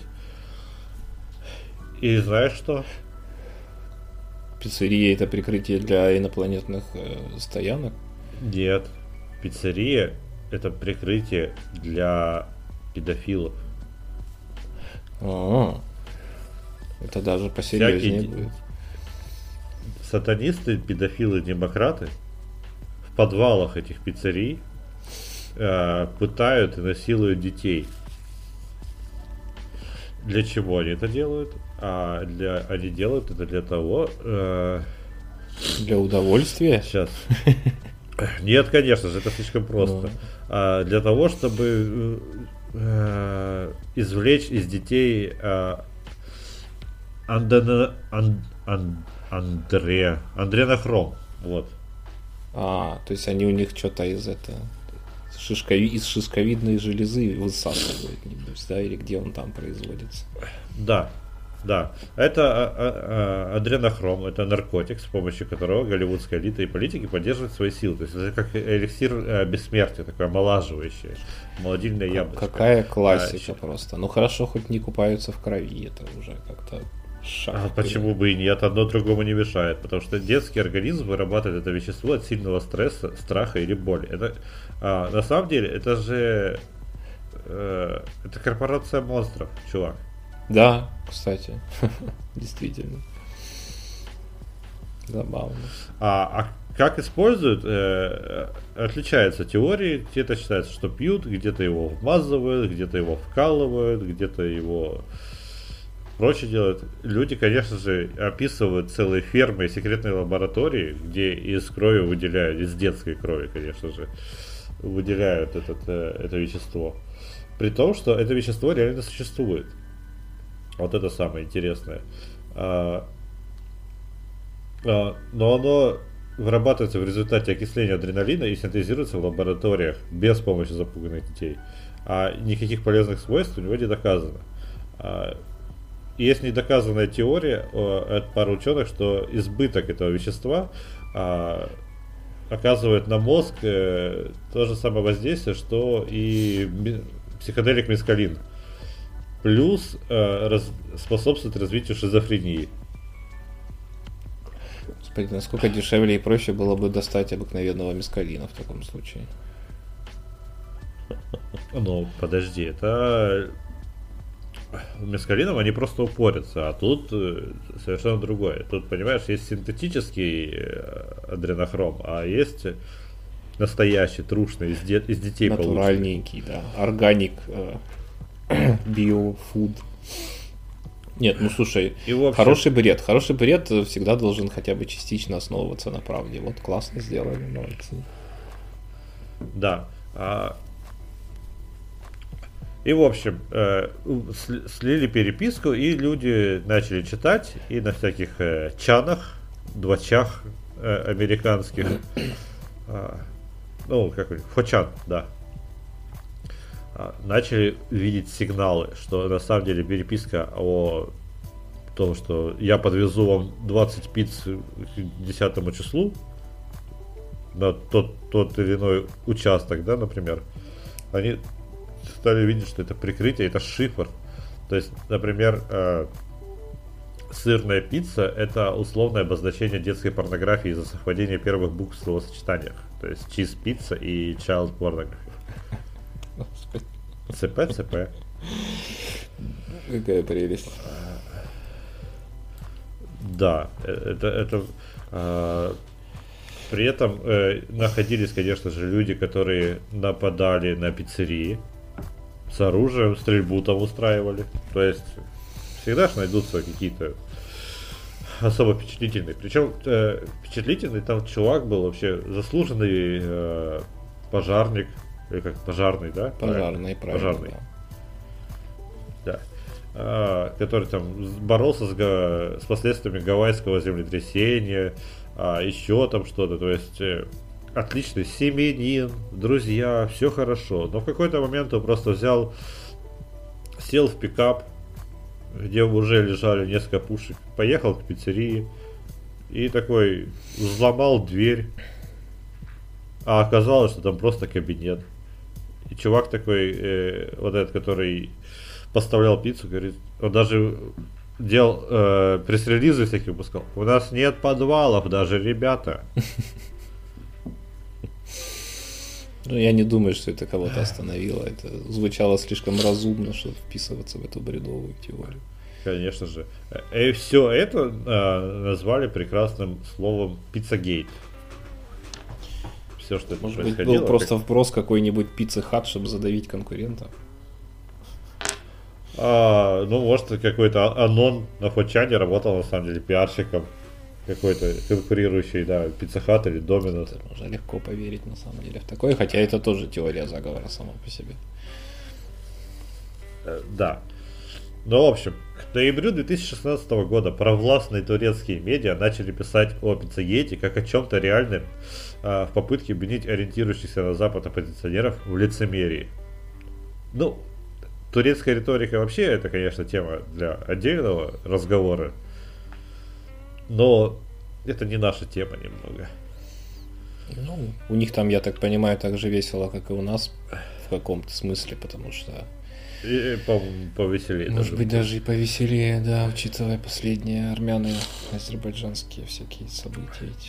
И знаешь что? Пиццерия — это прикрытие для инопланетных э, стоянок. Нет. Пиццерия это прикрытие для педофилов. О, это даже посерьезнее Всякие будет. сатанисты, педофилы, демократы в подвалах этих пиццерий э, пытают и насилуют детей. Для чего они это делают? А для, они делают это для того... Э, Для удовольствия? сейчас. Нет, конечно же, это слишком просто. А, для того, чтобы э, извлечь из детей э, андена, ан, ан, Андре, Андренохром. Вот. А, то есть они у них что-то из этого... Шишкови... из шишковидной железы высасывают, небось, да, или где он там производится. Да, да. Это а, а, адренохром, это наркотик, с помощью которого голливудская элита и политики поддерживают свои силы. То есть это как эликсир а, бессмертия, такое омолаживающее, молодильное яблочко. Какая классика а, просто. Ну хорошо, хоть не купаются в крови, это уже как-то шаг. А почему бы и нет? Одно другому не мешает, потому что детский организм вырабатывает это вещество от сильного стресса, страха или боли. Это, а, на самом деле, это же э, это корпорация монстров, чувак. Да, кстати, действительно. Забавно. А, а как используют, э, отличаются теории. Где-то считается, что пьют, где-то его вмазывают, где-то его вкалывают, где-то его прочее делают. Люди, конечно же, описывают целые фермы и секретные лаборатории, где из крови выделяют, из детской крови, конечно же, выделяют этот, э, это вещество. При том, что это вещество реально существует. Вот это самое интересное. А, а, но оно вырабатывается в результате окисления адреналина и синтезируется в лабораториях без помощи запуганных детей. А никаких полезных свойств у него не доказано. А, есть недоказанная теория о, от пары ученых, что избыток этого вещества а, оказывает на мозг э, то же самое воздействие, что и ми, психоделик мескалин. Плюс э, раз, способствует развитию шизофрении. Господи, насколько дешевле и проще было бы достать обыкновенного мескалина в таком случае? Ну, подожди, это... Мескалином они просто упорятся, а тут э, совершенно другое. Тут, понимаешь, есть синтетический э, адренохром, а есть настоящий, трушный, из, де- из детей полученный. Натуральненький, да. Органик, э, биофуд. Нет, ну слушай, И, в общем, хороший бред. Хороший бред всегда должен хотя бы частично основываться на правде. Вот классно сделали, молодцы. Да. А... И, в общем, э, слили переписку, и люди начали читать, и на всяких э, чанах, двачах э, американских, э, ну, как у них, фочан, да, э, начали видеть сигналы, что на самом деле переписка о том, что я подвезу вам двадцать пиц к десятому числу, на тот, тот или иной участок, да, например, они стали видеть, что это прикрытие, это шифр. То есть, например, э, сырная пицца – это условное обозначение детской порнографии из-за совпадения первых букв в словосочетаниях. То есть, cheese pizza и child pornography. ЦП, ЦП. Какая прелесть. Да, это... это э, при этом э, находились, конечно же, люди, которые нападали на пиццерии с оружием, стрельбу там устраивали. То есть всегда же найдутся какие-то особо впечатлительные. Причем э, впечатлительный там чувак был вообще заслуженный э, пожарник, или как пожарный, да? Пожарный, правильно. Пожарный. Да. да. А, который там боролся с, га- с последствиями гавайского землетрясения, а, еще там что-то. То есть э, отличный семьянин, друзья, все хорошо. Но в какой-то момент он просто взял, сел в пикап, где уже лежали несколько пушек, поехал к пиццерии и такой взломал дверь. А оказалось, что там просто кабинет. И чувак такой, э, вот этот, который поставлял пиццу, говорит, он даже делал э, пресс-релизы всякие выпускал. У нас нет подвалов даже, ребята. Ну, я не думаю, что это кого-то остановило. Это звучало слишком разумно, чтобы вписываться в эту бредовую теорию. Конечно же. И все это а, назвали прекрасным словом «пиццагейт». Все, что это Может происходило. быть, был просто как... вброс какой-нибудь пиццы-хат, чтобы задавить конкурентов. А, ну, может, какой-то Анон на Фотчане работал, на самом деле, пиарщиком. Какой-то конкурирующий, да, пиццахат или Доминос. Это можно легко поверить, на самом деле, в такое, хотя это тоже теория заговора сама по себе. Да. Ну, в общем, к ноябрю две тысячи шестнадцатого года провластные турецкие медиа начали писать о Пиццагейте как о чем-то реальном а, в попытке обвинить ориентирующихся на Запад оппозиционеров в лицемерии. Ну, турецкая риторика вообще, это, конечно, тема для отдельного разговора. Но это не наша тема немного. Ну, у них там, я так понимаю, так же весело, как и у нас в каком-то смысле, потому что... И, по повеселее. Может даже. быть, даже и повеселее, да, учитывая последние армяны, азербайджанские всякие события эти.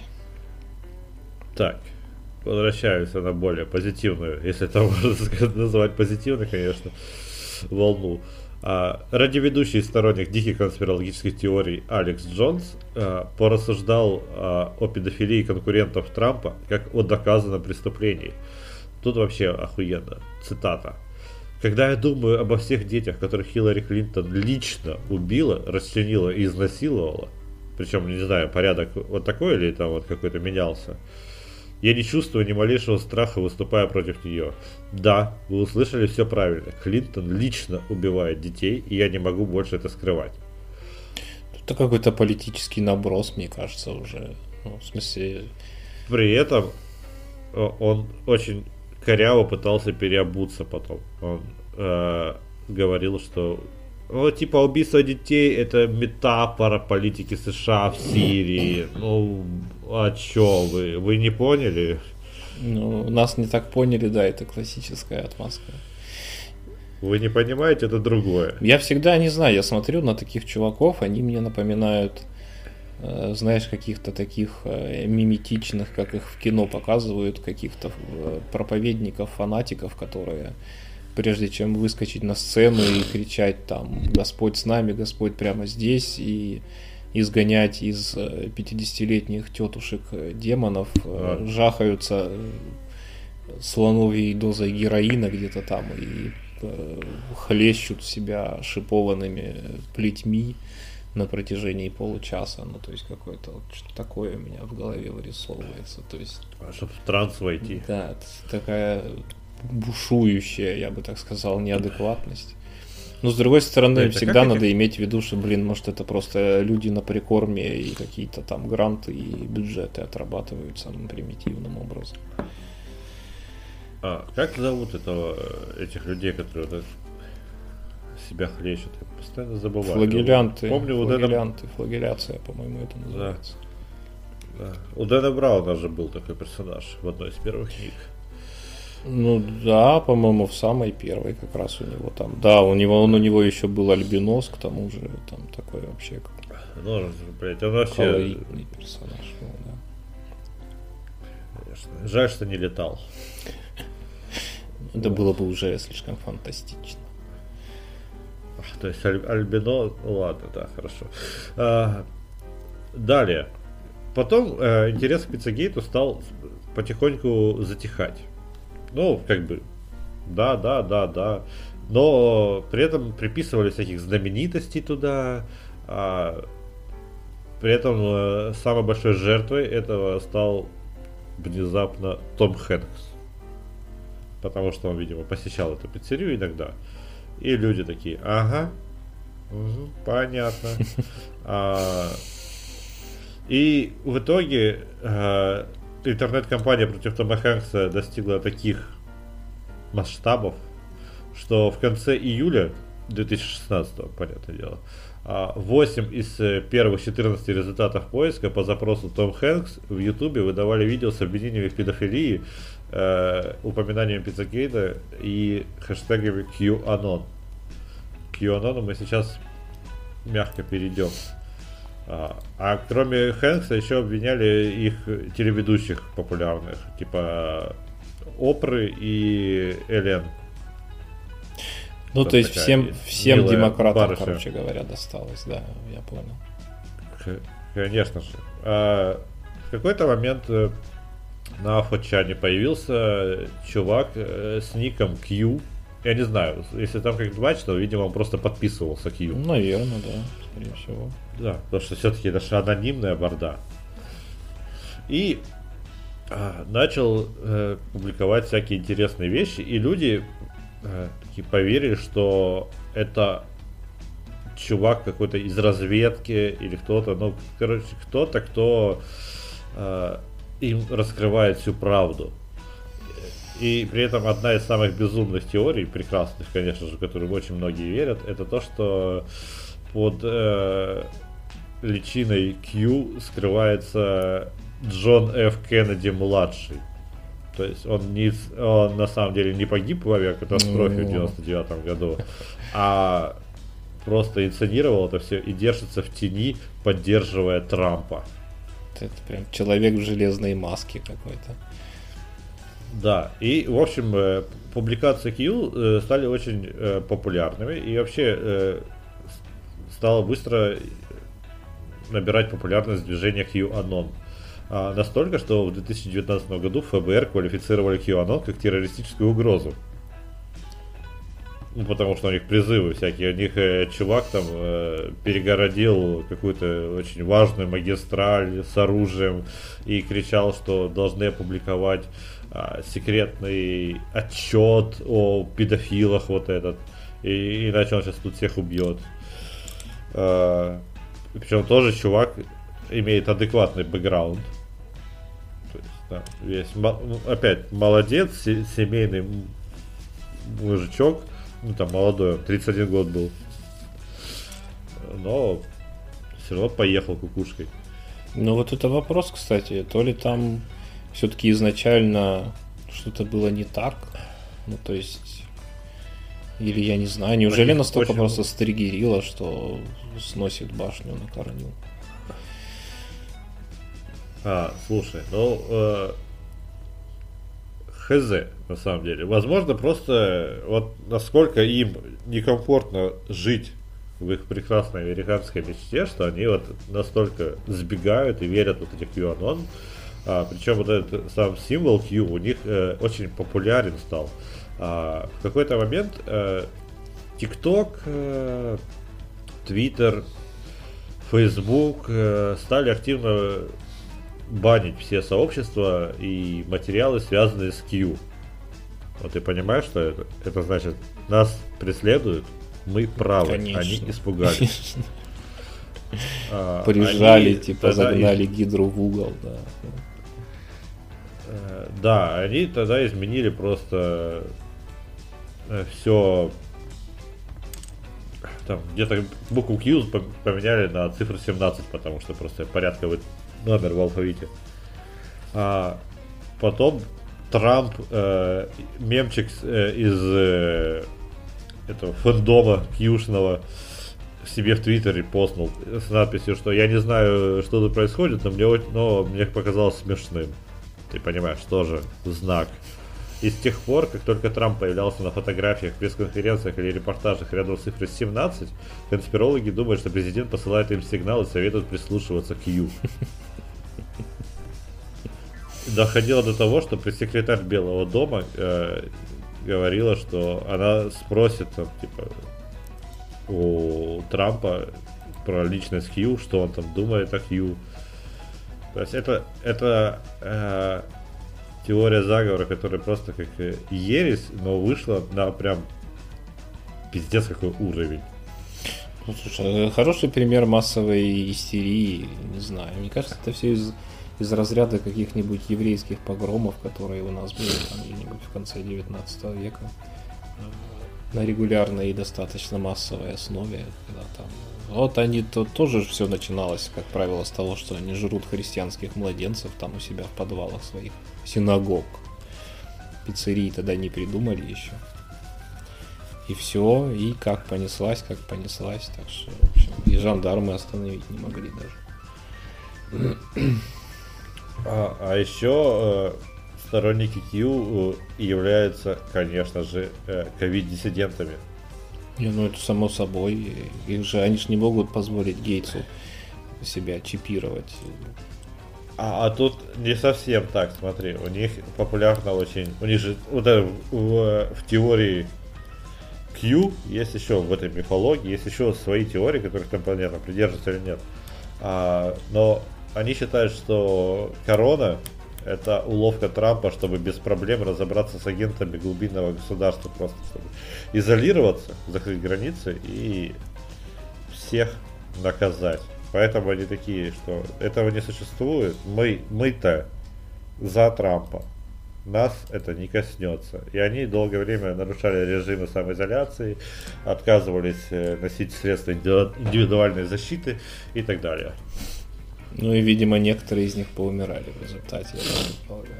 Так, возвращаемся на более позитивную, если это можно назвать позитивной, конечно, волну. А, радиоведущий сторонник диких конспирологических теорий Алекс Джонс а, порассуждал а, о педофилии конкурентов Трампа как о доказанном преступлении. Тут вообще охуенно. Цитата. «Когда я думаю обо всех детях, которых Хиллари Клинтон лично убила, расчленила и изнасиловала, причем, не знаю, порядок вот такой или там вот какой-то менялся, я не чувствую ни малейшего страха, выступая против нее. Да, вы услышали все правильно. Клинтон лично убивает детей, и я не могу больше это скрывать». Это какой-то политический наброс, мне кажется, уже. Ну, в смысле... При этом он очень коряво пытался переобуться потом. Он э, говорил, что ну, типа убийство детей это метафора политики США в Сирии. Ну, а чё вы? Вы не поняли? Ну, нас не так поняли, да, это классическая отмазка. Вы не понимаете, это другое. Я всегда не знаю, я смотрю на таких чуваков, они мне напоминают, э, знаешь, каких-то таких э, миметичных, как их в кино показывают, каких-то э, проповедников, фанатиков, которые прежде чем выскочить на сцену и кричать там «Господь с нами, Господь прямо здесь» и изгонять из пятидесятилетних тетушек демонов, а. жахаются слоновьей дозой героина где-то там и хлещут себя шипованными плетьми на протяжении получаса. Ну, то есть какое-то вот что-то такое у меня в голове вырисовывается. То есть, а чтобы в транс войти. Да, такая бушующая, я бы так сказал, неадекватность. Но с другой стороны, это всегда надо эти... иметь в виду, что, блин, может это просто люди на прикорме и какие-то там гранты и бюджеты отрабатывают самым примитивным образом. А как зовут этого, этих людей, которые вот себя хлещут? Я постоянно забываю. Флагелянты. Помню, флагелянты, Дэна... флагеляция, по-моему, это называется. Да. Да. У Дэна Брауна же был такой персонаж в одной из первых книг. Ну да, по-моему, в самой первой как раз у него там. Да, у него он у него еще был альбинос, к тому же там такой вообще. Ну, блядь, он вообще колоритный персонаж был, да. Конечно. Жаль, что не летал. Это было бы уже слишком фантастично. То есть аль- альбино, ну ладно, да, хорошо. А, далее. Потом э, интерес к Пиццагейту стал потихоньку затихать. Ну, как бы, да, да, да, да. Но при этом приписывали всяких знаменитостей туда. А, при этом э, самой большой жертвой этого стал внезапно Том Хэнкс. Потому что он, видимо, посещал эту пиццерию иногда. И люди такие, ага, угу, понятно. А, и в итоге а, интернет-компания против Тома Хэнкса достигла таких масштабов, что в конце июля две тысячи шестнадцатого, понятное дело, восемь из первых четырнадцати результатов поиска по запросу Том Хэнкс в Ютубе выдавали видео с обвинениями в педофилии, э, упоминанием Пиццагейта и хэштегами QAnon. К QAnon мы сейчас мягко перейдем. А, а кроме Хэнкса еще обвиняли их телеведущих популярных, типа Опры и Элен. Ну, Там то есть всем, всем демократам, барышня. короче говоря, досталось, да, я понял. К- Конечно же. А в какой-то момент э, на Фотчане появился чувак э, с ником Q. Я не знаю, если там как два, то, видимо, он просто подписывался Q. Ну, наверное, да, скорее всего. Да, потому что все-таки это же анонимная борда. И а, начал э, публиковать всякие интересные вещи, и люди э, такие поверили, что это чувак какой-то из разведки или кто-то, ну, короче, кто-то, кто э, им раскрывает всю правду. И при этом одна из самых безумных теорий, прекрасных, конечно же, в которую очень многие верят, это то, что под э, личиной Q скрывается Джон Ф. Кеннеди младший. То есть он, не, он на самом деле не погиб в авиакатастрофе в девяносто девятом году, а просто инсценировал это все и держится в тени, поддерживая Трампа. Это прям человек в железной маске какой-то. Да, и, в общем, э, публикации Q э, стали очень э, популярными, и вообще э, стало быстро набирать популярность движение QAnon. А, настолько, что в две тысячи девятнадцатом году ФБР квалифицировали QAnon как террористическую угрозу. Ну, потому что у них призывы всякие. У них э, чувак там э, перегородил какую-то очень важную магистраль с оружием и кричал, что должны опубликовать э, секретный отчет о педофилах вот этот. И, иначе он сейчас тут всех убьет. Э, причем тоже чувак имеет адекватный бэкграунд. То есть, да, весь, опять, молодец, семейный мужичок. Ну, там молодой, тридцать один год был. Но все равно поехал кукушкой. Ну, вот это вопрос, кстати. То ли там все-таки изначально что-то было не так. Ну, то есть... Или я не знаю. Неужели Очень, настолько очень... просто стригерило, что сносит башню на корню? А, слушай, ну... Э... Хз, на самом деле. Возможно, просто вот насколько им некомфортно жить в их прекрасной американской мечте, что они вот настолько сбегают и верят в вот эти QAnon. А, причем вот этот сам символ Q у них э, очень популярен стал. А, в какой-то момент э, TikTok, э, Twitter, Facebook э, стали активно банить все сообщества и материалы, связанные с Q. Вот ты понимаешь, что это? Это значит, нас преследуют, мы правы, Конечно. они испугались. А, Прижали, они типа, тогда загнали из- гидру в угол, да. э, Да, они тогда изменили просто все. Там где-то букву Q пом- поменяли на цифру семнадцать, потому что просто порядковый номер в алфавите. А потом Трамп э, мемчик э, из э, этого фэндома кьюшного себе в Твиттере постнул с надписью, что я не знаю, что тут происходит, но мне, очень- но мне показалось смешным. Ты понимаешь, тоже знак. И с тех пор, как только Трамп появлялся на фотографиях, пресс-конференциях или репортажах рядом с цифрой семнадцать, конспирологи думают, что президент посылает им сигнал и советует прислушиваться к Q. Доходило до того, что пресс-секретарь Белого дома э, говорила, что она спросит там, типа, у Трампа про личность Q, что он там думает о Q. То есть это, это э, теория заговора, которая просто как э, ересь, но вышла на прям пиздец какой уровень. Ну, слушай, хороший пример массовой истерии, не знаю. Мне кажется, это все из, из разряда каких-нибудь еврейских погромов, которые у нас были там где-нибудь в конце девятнадцатого века на регулярной и достаточно массовой основе, когда там вот они то тоже все начиналось, как правило, с того, что они жрут христианских младенцев там у себя в подвалах своих синагог. Пиццерии тогда не придумали еще. И все, и как понеслась, как понеслась, так что, в общем, и жандармы остановить не могли даже. А, а еще э, сторонники Q являются, конечно же, ковид-диссидентами. Не, ну это само собой. Их же, они же не могут позволить Гейтсу себя чипировать. А, а тут не совсем так, смотри, у них популярно очень, у них же вот в, в, в теории Q есть еще, в этой мифологии, есть еще свои теории, которых там понятно, придерживаются или нет. А, но они считают, что корона это уловка Трампа, чтобы без проблем разобраться с агентами глубинного государства, просто чтобы изолироваться, закрыть границы и всех наказать. Поэтому они такие, что этого не существует. Мы, мы-то за Трампа. Нас это не коснется. И они долгое время нарушали режимы самоизоляции, отказывались носить средства индивидуальной защиты и так далее. Ну и, видимо, некоторые из них поумирали в результате, я предполагаю.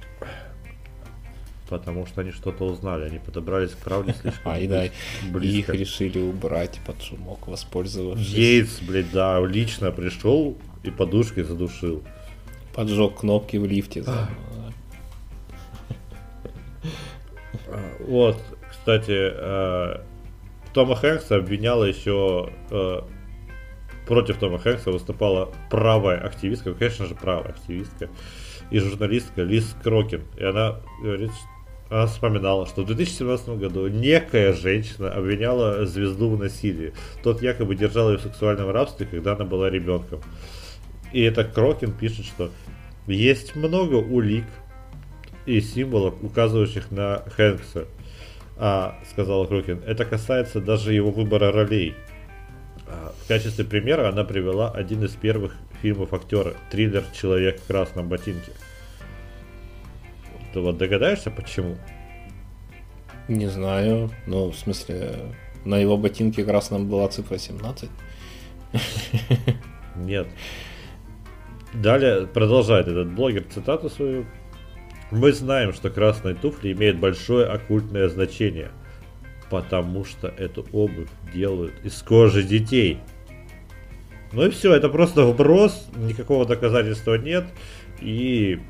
Потому что они что-то узнали, они подобрались к правде слишком а, и да, близко. Их решили убрать под шумок, воспользовавшись. Гейтс, блядь, да, лично пришел и подушкой задушил. Поджег кнопки в лифте. Да. Вот, кстати, Тома Хэнкса обвиняла еще... Против Тома Хэнкса выступала правая активистка, конечно же, правая активистка и журналистка Лиз Крокин. И она говорит, она вспоминала, что в две тысячи семнадцатом году некая женщина обвиняла звезду в насилии. Тот якобы держал ее в сексуальном рабстве, когда она была ребенком. И эта Крокин пишет, что есть много улик и символов, указывающих на Хэнкса. А, сказала Крокин, это касается даже его выбора ролей. В качестве примера она привела один из первых фильмов актера, триллер «Человек в красном ботинке». Ты вот догадаешься, почему? Не знаю. Ну, в смысле, на его ботинке красном была цифра семнадцать? Нет. Далее продолжает этот блогер цитату свою. Мы знаем, что красные туфли имеют большое оккультное значение, потому что эту обувь делают из кожи детей. Ну и все, это просто вброс, никакого доказательства нет, и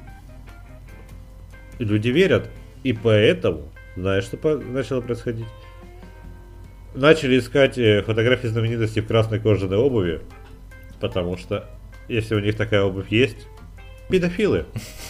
люди верят. И поэтому, знаешь, что по- начало происходить? Начали искать фотографии знаменитостей в красной кожаной обуви, потому что, если у них такая обувь есть, педофилы.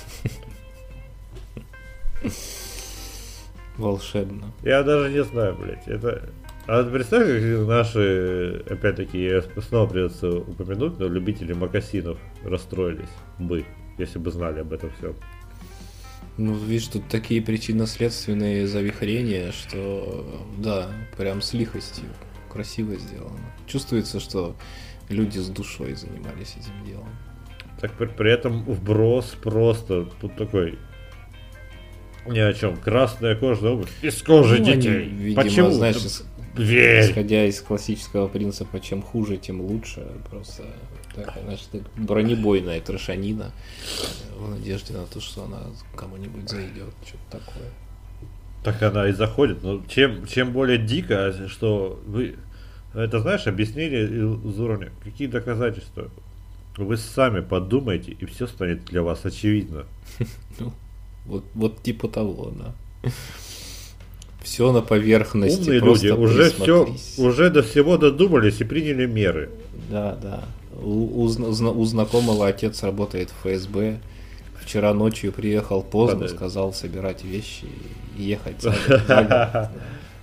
Волшебно. Я даже не знаю, блядь, это... А представь, как наши, опять-таки, снова придется упомянуть, но любители мокасинов расстроились бы, если бы знали об этом всем. Ну, видишь, тут такие причинно-следственные завихрения, что, да, прям с лихостью красиво сделано. Чувствуется, что люди с душой занимались этим делом. Так при, при этом вброс просто тут такой... Ни о чем. Красная кожаная обувь из кожи ну, детей. Они, видимо, почему? Знаешь, да, верь. Исходя из классического принципа, чем хуже, тем лучше. Просто такая, значит, бронебойная трешанина в надежде на то, что она кому-нибудь зайдет. Что-то такое. Так она и заходит. Но чем, чем более дико, что вы... Это, знаешь, объяснение из уровня. Какие доказательства? Вы сами подумайте, и все станет для вас очевидно. Ну, вот, вот типа того, да. Все на поверхности. Умные люди уже все, уже до всего додумались и приняли меры. Да, да. У, у, у знакомого отец работает в эф эс бэ. Вчера ночью приехал поздно, Подожди. сказал собирать вещи и ехать за город.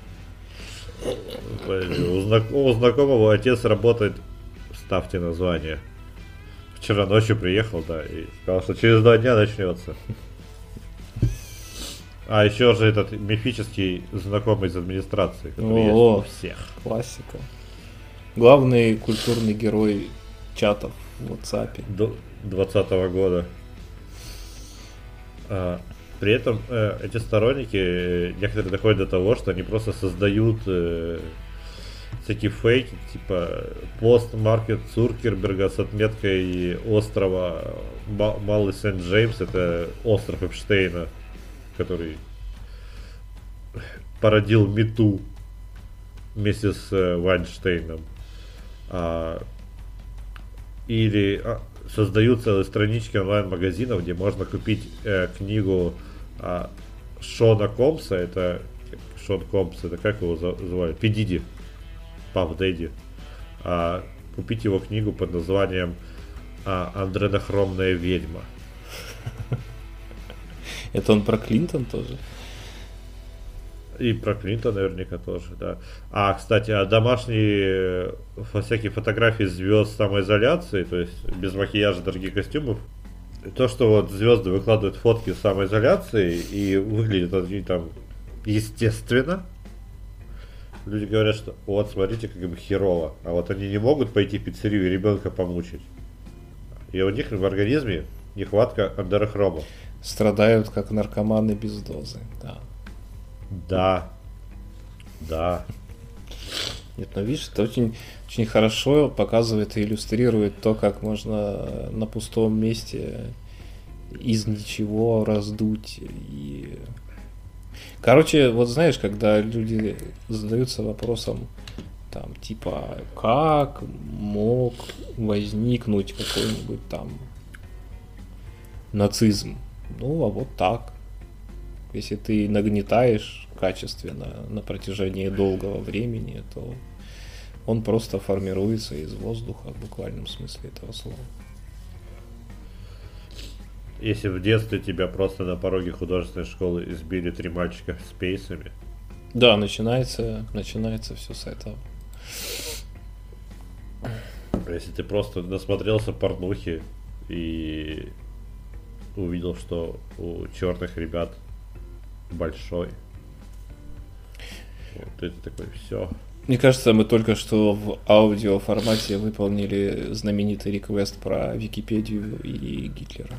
У, знак... у знакомого отец работает, ставьте название. Вчера ночью приехал, да, и сказал, что через два дня начнется. А еще же этот мифический знакомый из администрации, который есть у всех. Классика. Главный культурный герой чатов в WhatsApp. До двадцатого года. А, при этом э, эти сторонники, некоторые доходят до того, что они просто создают э, всякие фейки, типа пост Марка Цукерберга с отметкой острова Малый Сент-Джеймс, это остров Эпштейна, который породил Мету вместе с э, Вайнштейном. А, или а, создают целые странички онлайн-магазинов, где можно купить э, книгу э, Шона Комса, это Шон Комс, это как его называют? Пи Диди, Паф Дэдди. А, купить его книгу под названием а, «Адренохромная ведьма». Это он про Клинтон тоже? И про Клинтон наверняка тоже, да. А, кстати, а домашние всякие фотографии звезд самоизоляции, то есть без макияжа, дорогих костюмов, то, что вот звезды выкладывают фотки самоизоляции и выглядят они там естественно, люди говорят, что вот смотрите, как бы херово, а вот они не могут пойти в пиццерию и ребенка помучить. И у них в организме нехватка адренохрома. Страдают как наркоманы без дозы, да. Да. Да. Нет, ну видишь, это очень, очень хорошо показывает и иллюстрирует то, как можно на пустом месте из ничего раздуть. И... Короче, вот знаешь, когда люди задаются вопросом, там, типа, как мог возникнуть какой-нибудь там нацизм? Ну, а вот так. Если ты нагнетаешь качественно на протяжении долгого времени, то он просто формируется из воздуха в буквальном смысле этого слова. Если в детстве тебя просто на пороге художественной школы избили три мальчика с пейсами. Да, начинается, начинается все с этого. Если ты просто насмотрелся порнухи и увидел, что у черных ребят большой. Вот это такой, все. Мне кажется, мы только что в аудиоформате выполнили знаменитый реквест про Википедию и Гитлера.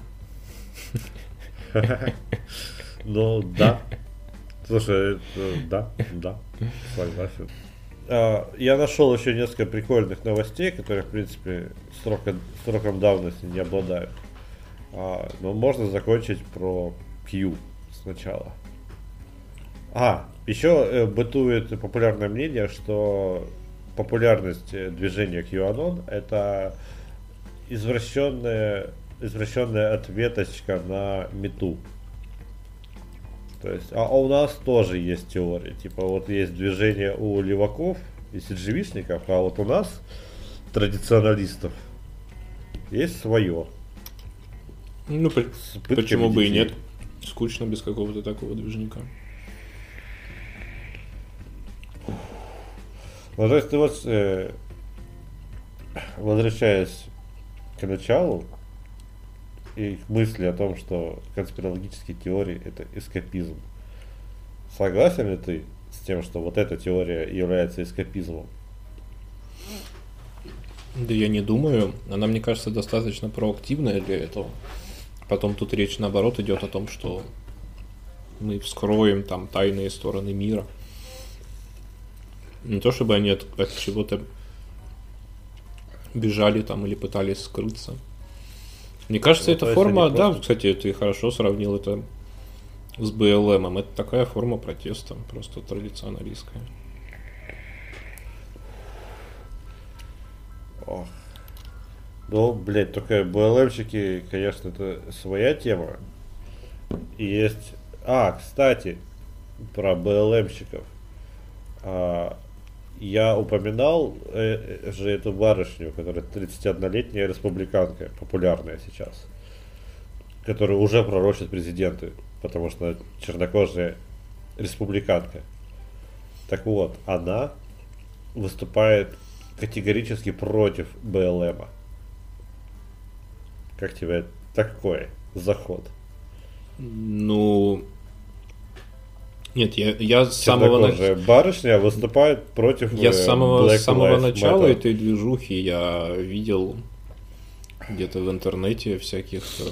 Ну, да. Слушай, да, да, согласен. Я нашел еще несколько прикольных новостей, которые, в принципе, сроком, сроком давности не обладают. Но можно закончить про Q сначала. А, еще бытует популярное мнение, что популярность движения QAnon это извращенная, извращенная ответочка на мету. То есть, а у нас тоже есть теория. Типа вот есть движение у леваков и сиджевишников, а вот у нас, традиционалистов, есть свое. Ну, почему бы и нет? Скучно без какого-то такого движника. Ну, то есть ты вот, э, возвращаясь к началу и к мысли о том, что конспирологические теории это эскапизм. Согласен ли ты с тем, что вот эта теория является эскапизмом? Да я не думаю. Она, мне кажется, достаточно проактивная для этого. Потом тут речь наоборот идет о том, что мы вскроем там тайные стороны мира. Не то чтобы они от, от чего-то бежали там или пытались скрыться. Мне кажется, ну, эта форма, да, просто... кстати, ты хорошо сравнил это с бэ эл эм. Это такая форма протеста, просто традиционалистская. Ох. Ну, блядь, только бэ эл эмщики, конечно, это своя тема. И есть... А, кстати, про бэ эл эмщиков. А, я упоминал э, же эту барышню, которая тридцатиоднолетняя республиканка, популярная сейчас, которая уже пророчит президенты, потому что чернокожая республиканка. Так вот, она выступает категорически против бэ эл эма. Как тебе такой заход? Ну... Нет, я, я с самого начала... барышня выступает против Я с самого, Black с самого Lives начала Matter. этой движухи я видел где-то в интернете всяких э,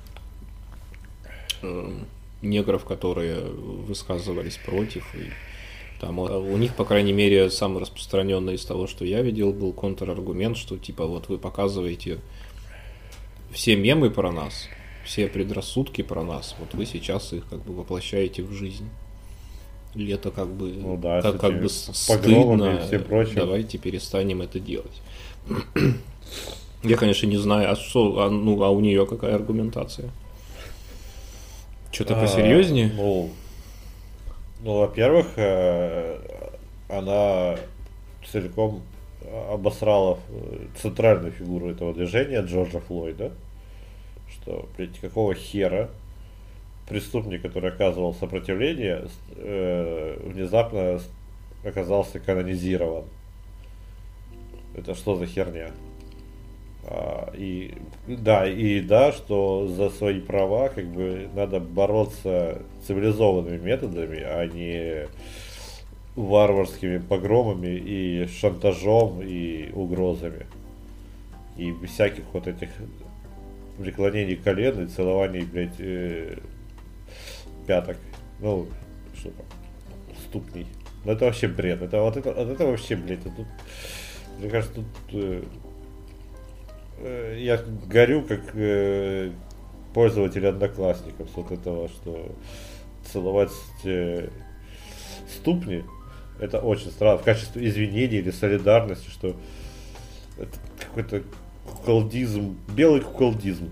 э, негров, которые высказывались против. И там, у них, по крайней мере, самый распространенный из того, что я видел, был контраргумент, что типа вот вы показываете все мемы про нас, все предрассудки про нас, вот вы сейчас их как бы воплощаете в жизнь. И это как бы, ну, да, как, как бы стыдно, и всем прочим. Давайте перестанем это делать. Я, конечно, не знаю, а что, а, ну, а у нее какая аргументация? Что-то А, посерьезнее? Ну, ну, во-первых, э, она целиком обосрала э, центральную фигуру этого движения Джорджа Флойда, что, блядь, какого хера преступник, который оказывал сопротивление, э, внезапно оказался канонизирован. Это что за херня? А, и да, и да, что за свои права как бы надо бороться цивилизованными методами, а не варварскими погромами и шантажом и угрозами. И без всяких вот этих преклонений колен и целований, блядь, э, пяток. Ну, что там, ступней. Ну это вообще бред. Это вот это, вот это вообще, блядь, это тут, мне кажется, тут э, э, я горю как э, пользователь Одноклассников с вот этого, что целовать э, ступни, это очень странно, в качестве извинения или солидарности, что это какой-то куколдизм, белый куколдизм.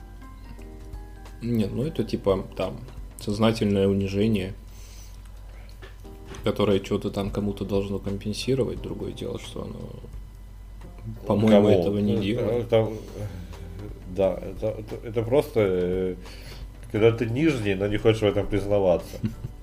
Нет, ну это типа там сознательное унижение, которое что-то там кому-то должно компенсировать. Другое дело, что оно, по-моему, Кого? этого не Это- делает. это- да, это, это, это просто э, когда ты нижний, но не хочешь в этом признаваться.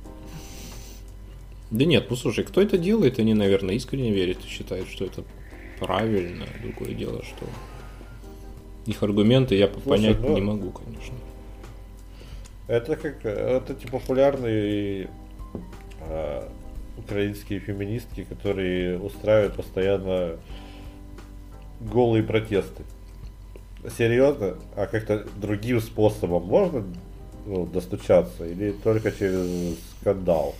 Да нет, ну слушай, кто это делает, они, наверное, искренне верят и считают, что это правильно. Другое дело, что их аргументы я Слушай, понять ну- не могу, конечно. Это как это эти популярные э, украинские феминистки, которые устраивают постоянно голые протесты. Серьезно? А как-то другим способом можно ну, достучаться или только через скандал?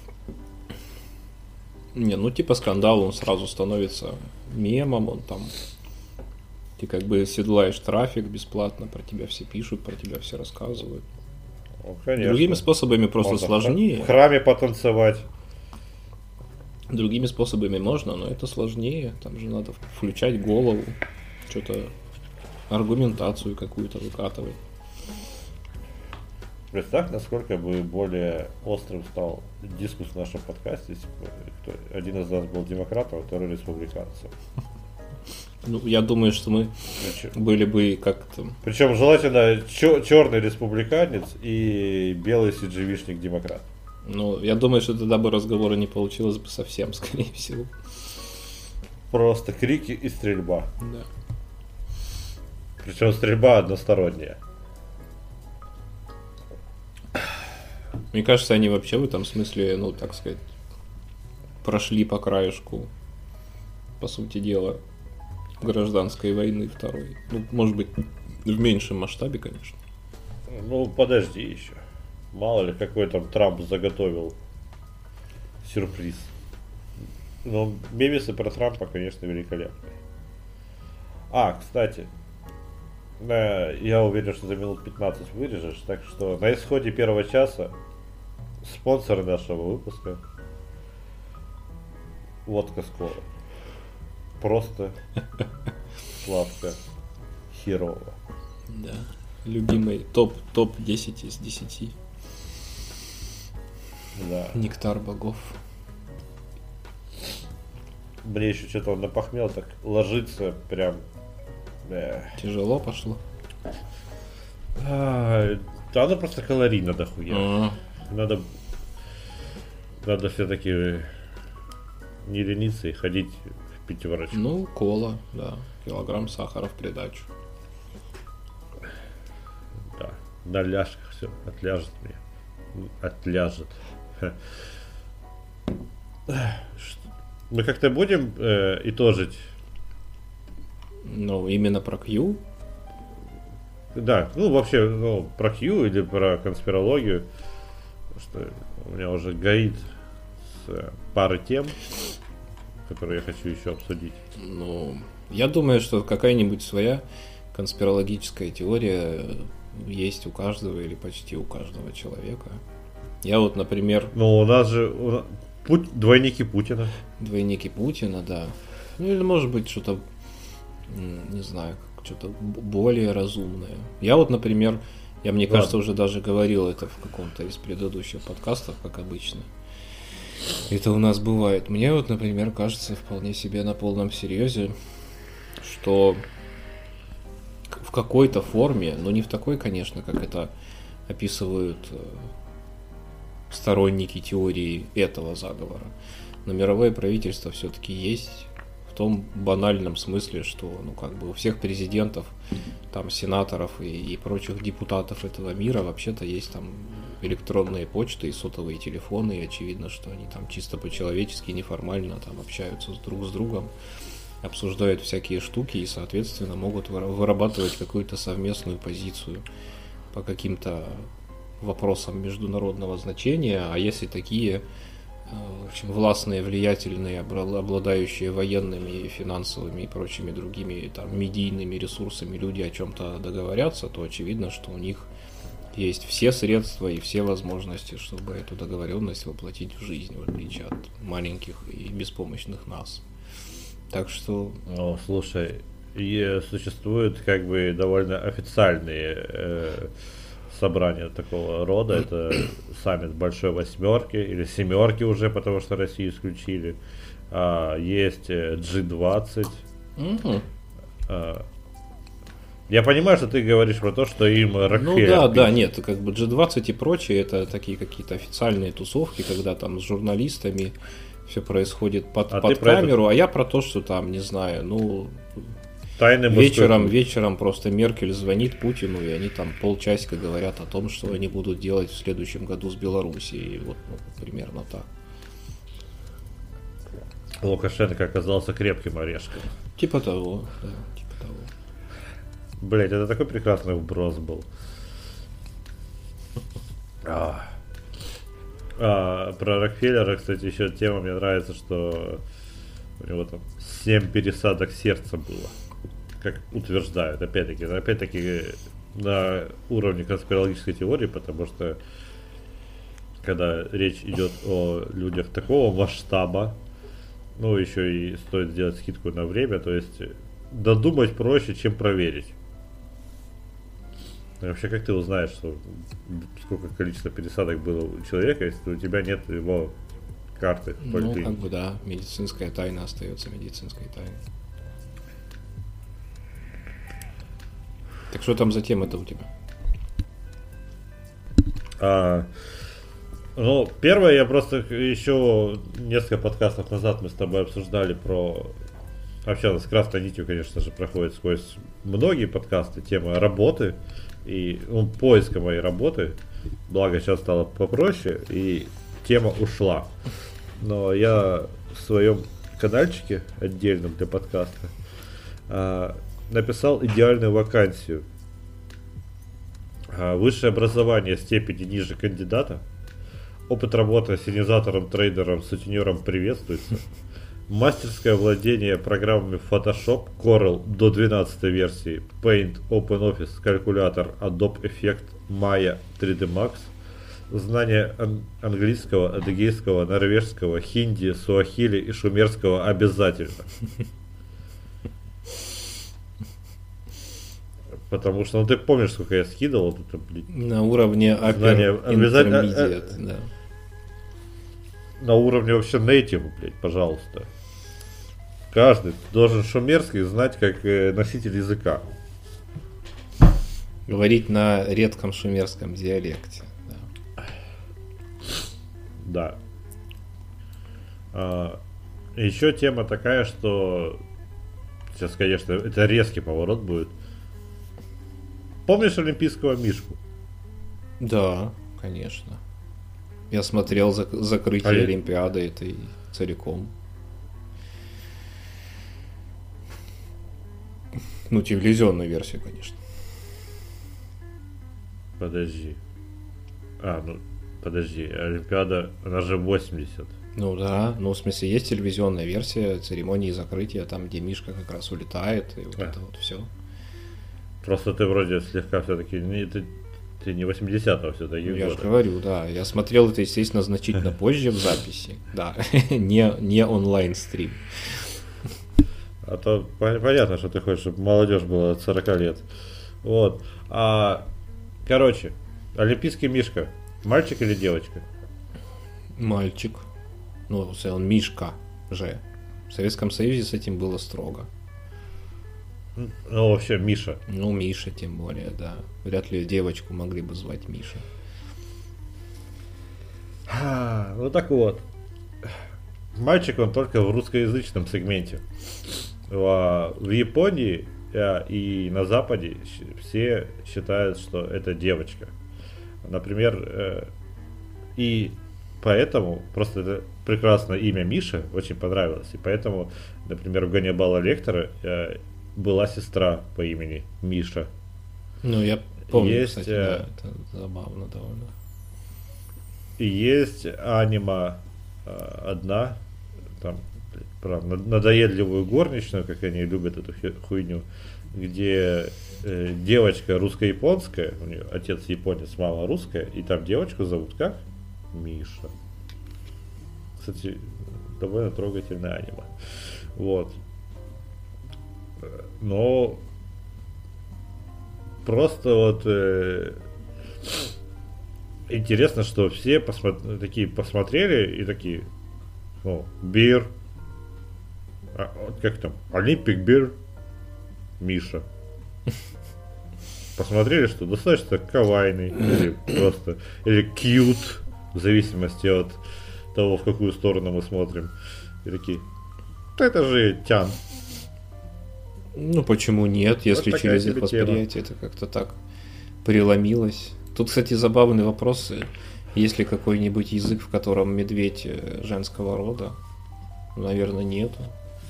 Не, ну типа скандал, он сразу становится мемом, он там, ты как бы седлаешь трафик бесплатно, про тебя все пишут, про тебя все рассказывают. Ну, конечно. Другими способами просто Можно сложнее. В храме потанцевать. Другими способами можно, но это сложнее. Там же надо включать голову, что-то аргументацию какую-то выкатывать. Представь, насколько бы более острым стал дискус в нашем подкасте, если бы кто- один из нас был демократом, а второй республиканцем. Ну, я думаю, что мы Причем, были бы как-то... причем желательно черный республиканец и белый сиджевишник демократ. Ну, я думаю, что тогда бы разговора не получилось бы совсем, скорее всего. Просто крики и стрельба. Да. Причем стрельба односторонняя. Мне кажется, они вообще в этом смысле, ну, так сказать, прошли по краешку, по сути дела, гражданской войны второй. Ну, может быть, в меньшем масштабе, конечно. Ну, подожди еще. Мало ли, какой там Трамп заготовил сюрприз. Но мемесы про Трампа, конечно, великолепные. А, кстати, э, я уверен, что за минут пятнадцать вырежешь, так что на исходе первого часа спонсоры нашего выпуска водка Скола. Просто сладко, херово. Да. Любимый топ, топ десять из десяти. Да. Нектар богов. Мне еще что-то он напохмел, так ложится прям. э. Тяжело пошло. А, да, оно просто калорийно дохуя. А, Надо, надо все-таки не лениться и ходить в пятерочку. Ну, кола, да. Килограмм сахара в придачу. Да, на ляжках все отляжет мне. Отляжет. Ха. Ш- Мы как-то будем э, итожить. Ну, именно про Q. Да, ну вообще, ну, про Q или про конспирологию. Потому что у меня уже горит с э, пары тем, которые я хочу еще обсудить. Ну, я думаю, что какая-нибудь своя конспирологическая теория есть у каждого или почти у каждого человека. Я вот, например, Ну, у нас же у на- Пут- двойники Путина. двойники Путина, да. Ну или может быть что-то, м, не знаю, что-то более разумное. Я вот, например, я, мне кажется, уже даже говорил это в каком-то из предыдущих подкастов, как обычно. Это у нас бывает. Мне вот, например, кажется вполне себе на полном серьезе, что в какой-то форме, но не в такой, конечно, как это описывают сторонники теории этого заговора, но мировое правительство все-таки есть в том банальном смысле, что ну как бы у всех президентов, там сенаторов и, и прочих депутатов этого мира вообще-то есть там электронные почты и сотовые телефоны, и очевидно, что они там чисто по-человечески, неформально там общаются друг с другом, обсуждают всякие штуки и, соответственно, могут вырабатывать какую-то совместную позицию по каким-то вопросам международного значения, а если такие, в общем, властные, влиятельные, обладающие военными, финансовыми и прочими другими там медийными ресурсами люди о чем-то договорятся, то очевидно, что у них есть все средства и все возможности, чтобы эту договоренность воплотить в жизнь, в отличие от маленьких и беспомощных нас. Так что... Ну, слушай, и существуют как бы довольно официальные э, собрания такого рода. Это саммит Большой Восьмерки или Семерки уже, потому что Россию исключили. А, есть джи двадцать. Mm-hmm. А, я понимаю, что ты говоришь про то, что им Рокфеллер... Ну да, да, нет, как бы джи двадцать и прочее, это такие какие-то официальные тусовки, когда там с журналистами все происходит под, а под камеру, это... а я про то, что там, не знаю, ну... Тайны вечером, вечером просто Меркель звонит Путину, и они там полчасика говорят о том, что они будут делать в следующем году с Белоруссией. Вот, ну, примерно так. Лукашенко оказался крепким орешком. Типа того, да, типа того. Блять, это такой прекрасный вброс был. А. А, про Рокфеллера, кстати, еще тема, мне нравится, что у него там семь пересадок сердца было. Как утверждают, опять-таки, опять-таки на уровне конспирологической теории, потому что когда речь идет о людях такого масштаба, ну еще и стоит сделать скидку на время, то есть додумать проще, чем проверить. И вообще, как ты узнаешь, что сколько количество пересадок было у человека, если у тебя нет его карты? Ну, как бы да, медицинская тайна остается медицинской тайной. Так что там за тема-то у тебя? А, ну, первое, я просто еще несколько подкастов назад мы с тобой обсуждали про... Вообще, она с красной нитью, конечно же, проходит сквозь многие подкасты, тема работы и ну, поиска моей работы. Благо, сейчас стало попроще, и тема ушла. Но я в своем каналчике отдельном для подкаста а, написал идеальную вакансию. А, высшее образование степени ниже кандидата. Опыт работы ассенизатором, трейдером, сутенером приветствуется. Мастерское владение программами Photoshop, Corel до двенадцатой версии, Paint, OpenOffice, калькулятор, Adobe Effect, Maya, три дэ Max. Знание ан- английского, адыгейского, норвежского, хинди, суахили и шумерского обязательно. Потому что, ну ты помнишь, сколько я скидывал тут, на уровне upper intermediate, да. На уровне вообще native, блядь, пожалуйста. Каждый должен шумерский знать как носитель языка. Говорить на редком шумерском диалекте. Да. Да. А, еще тема такая, что сейчас, конечно, это резкий поворот будет. Помнишь Олимпийского Мишку? Да, конечно. Я смотрел зак- закрытие Олимп... Олимпиады этой целиком. Ну, телевизионную версию, конечно. Подожди. А, ну, подожди. Олимпиада, она же восемьдесят. Ну да, ну в смысле есть телевизионная версия церемонии закрытия, там где Мишка как раз улетает, и вот а. это вот все. Просто ты вроде слегка все-таки не, ты, ты не восьмидесятого все-таки. Ну, я же говорю, да. Я смотрел это, естественно, значительно позже в записи. Да, не, не онлайн-стрим. А то пон- понятно, что ты хочешь, чтобы молодежь была от сорока лет. Вот. А, короче, олимпийский мишка. Мальчик или девочка? Мальчик. Ну, он Мишка же. В Советском Союзе с этим было строго. Ну, вообще, Миша. Ну, Миша тем более, да. Вряд ли девочку могли бы звать Миша. А, Ну так вот. Мальчик он только в русскоязычном сегменте. В, в Японии э, и на Западе щ- все считают, что это девочка. Например, э, и поэтому просто это прекрасное имя Миша очень понравилось. И поэтому, например, у Ганнибала Лектора э, была сестра по имени Миша. Ну, я помню, Есть, кстати, э, да, это забавно довольно. И есть анима э, одна, там, про на- надоедливую горничную, как они любят эту хе- хуйню, где э, девочка русско-японская, у нее отец японец, мама русская, и там девочку зовут как? Миша. Кстати, довольно трогательное аниме. Вот. Э, Но просто вот э, интересно, что все посмо- такие посмотрели и такие, ну, бир, а, вот как там, Олимпик бир, Миша. Посмотрели, что достаточно кавайный, или просто, или кьют, в зависимости от того, в какую сторону мы смотрим. И такие, да это же Тян. Ну, почему нет, если такая через себе их восприятие это как-то так преломилось. Тут, кстати, забавный вопрос. Есть ли какой-нибудь язык, в котором медведь э, женского рода? Наверное, нету.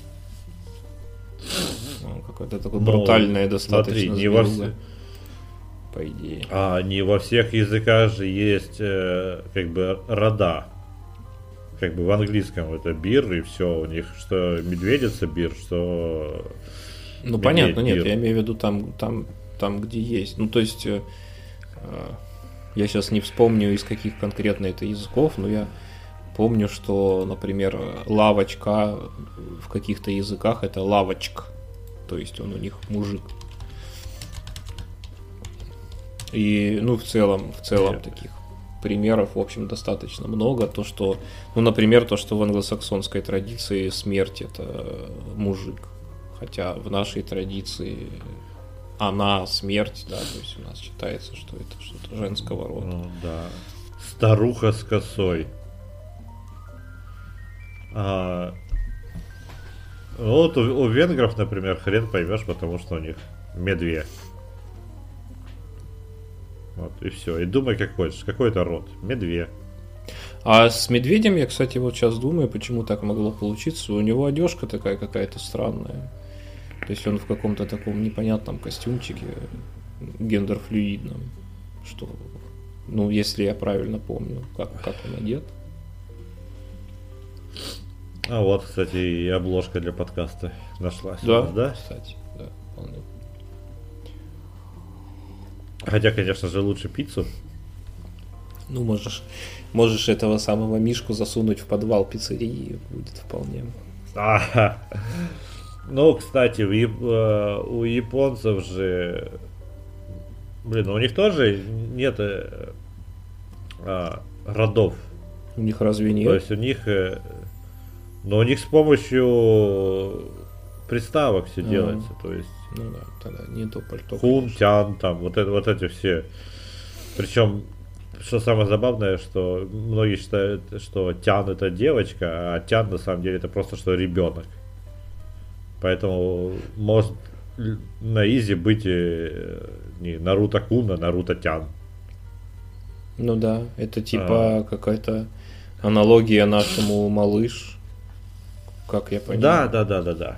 Ну, какое-то такое Ну, брутальное достаточно смотри, не во зверюга, все- по идее. А не во всех языках же есть э, как бы рода. Как бы в английском это бир и все. У них что медведица бир, что Ну, медведь понятно, нет, бир. я имею в виду там, там, там, где есть. Ну, то есть, э, э, я сейчас не вспомню, из каких конкретно это языков, но я помню, что, например, лавочка в каких-то языках это лавочка. То есть он у них мужик. И, ну, в целом, в целом Нет. таких примеров, в общем, достаточно много. То, что, ну, например, то, что в англосаксонской традиции смерть это мужик. Хотя в нашей традиции она смерть, да, то есть у нас считается, что это что-то женского рода. Ну да. Старуха с косой. А, ну, вот у, у венгров, например, хрен поймешь, потому что у них медведь. Вот, и все. И думай, как хочешь. Какой это род? Медведь. А с медведем я, кстати, вот сейчас думаю, почему так могло получиться. У него одежка такая какая-то странная. То есть он в каком-то таком непонятном костюмчике, гендерфлюидном. Что, ну, если я правильно помню, как, как он одет. А вот, кстати, и обложка для подкаста нашлась. у Да, нас, да? кстати, да, вполне. Хотя, конечно же, лучше пиццу. Ну, можешь, можешь этого самого Мишку засунуть в подвал пиццерии, будет вполне. А, ну, кстати, в Яп- э, у японцев же, блин, у них тоже нет э, а, родов. У них разве нет? То есть у них, э, но у них с помощью приставок все А. делается. То есть Ну да, тогда не то пальто. хун, конечно. тян, там, вот, это, вот эти все. Причем, что самое забавное, что многие считают, что тян это девочка, а тян на самом деле это просто что ребенок. Поэтому может л- на изи быть э, не Наруто Кун, а Наруто Тян. Ну да, это типа какая-то аналогия нашему малыш, как я понимаю. Да, да, да, да, да.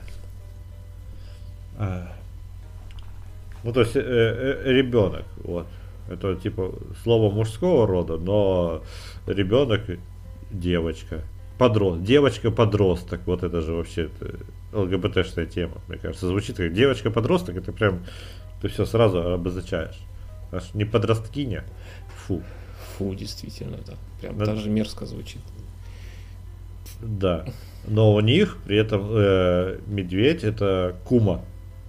А. Ну, то есть э, э, ребенок, вот. Это типа слово мужского рода, но ребенок девочка. Подрост, девочка-подросток, вот это же вообще ЛГБТшная тема, мне кажется. Звучит как девочка-подросток, это прям ты все сразу обозначаешь. Аж не подросткиня. Фу. Фу, действительно, да. Прям Да. даже мерзко звучит. Да. Но у них при этом э, медведь это кума.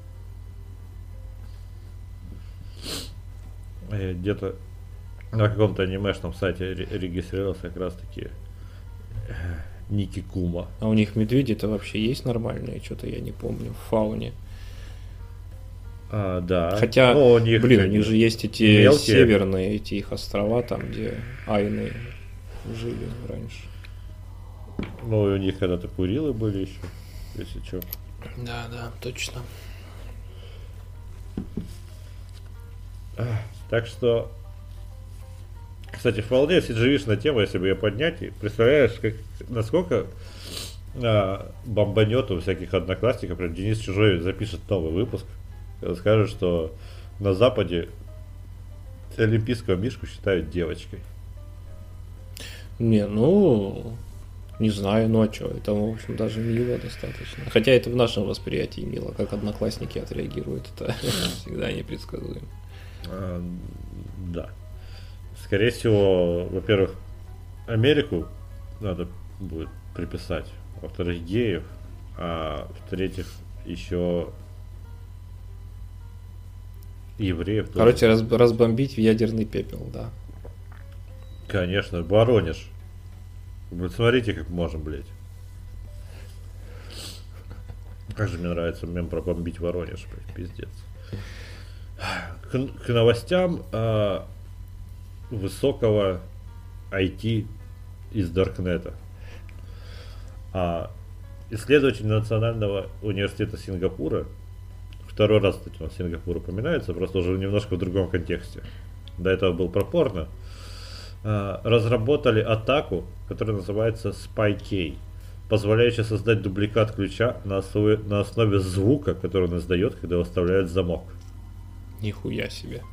Я где-то на каком-то анимешном сайте ре- регистрировался как раз таки э, Ники Кума. А у них медведи-то вообще есть нормальные? Что-то я не помню в фауне. А, да. Хотя, ну, у них, блин, у них же есть эти мелкие. северные, эти их острова, там, где айны жили раньше. Ну, и у них когда-то Курилы были еще, если что. Да, да, точно. Так что, кстати, вполне си джи ви-шная тема, если бы ее поднять. И представляешь, как, насколько а, бомбанет у всяких одноклассников. Например, Денис Чужой запишет новый выпуск, скажет, что на Западе олимпийского мишку считают девочкой. Не, ну, не знаю, ну а что, это, в общем, даже мило достаточно. Хотя это в нашем восприятии мило, как одноклассники отреагируют, это всегда непредсказуемо. А, да. Скорее всего, во-первых, Америку надо будет приписать, во-вторых, геев, а в-третьих, еще евреев. тоже. Короче, раз- разбомбить в ядерный пепел, да. Конечно, Воронеж. Вот смотрите, как можем, блядь. Как же мне нравится мем про бомбить Воронеж, блядь, пиздец. К, к новостям а, высокого ай ти из Даркнета. А, исследователь Национального университета Сингапура, второй раз, кстати, у нас Сингапур упоминается, просто уже немножко в другом контексте. До этого был про порно. А, разработали атаку, которая называется SpyK, позволяющая создать дубликат ключа на основе, на основе звука, который он издает, когда выставляют замок. Нихуя себе.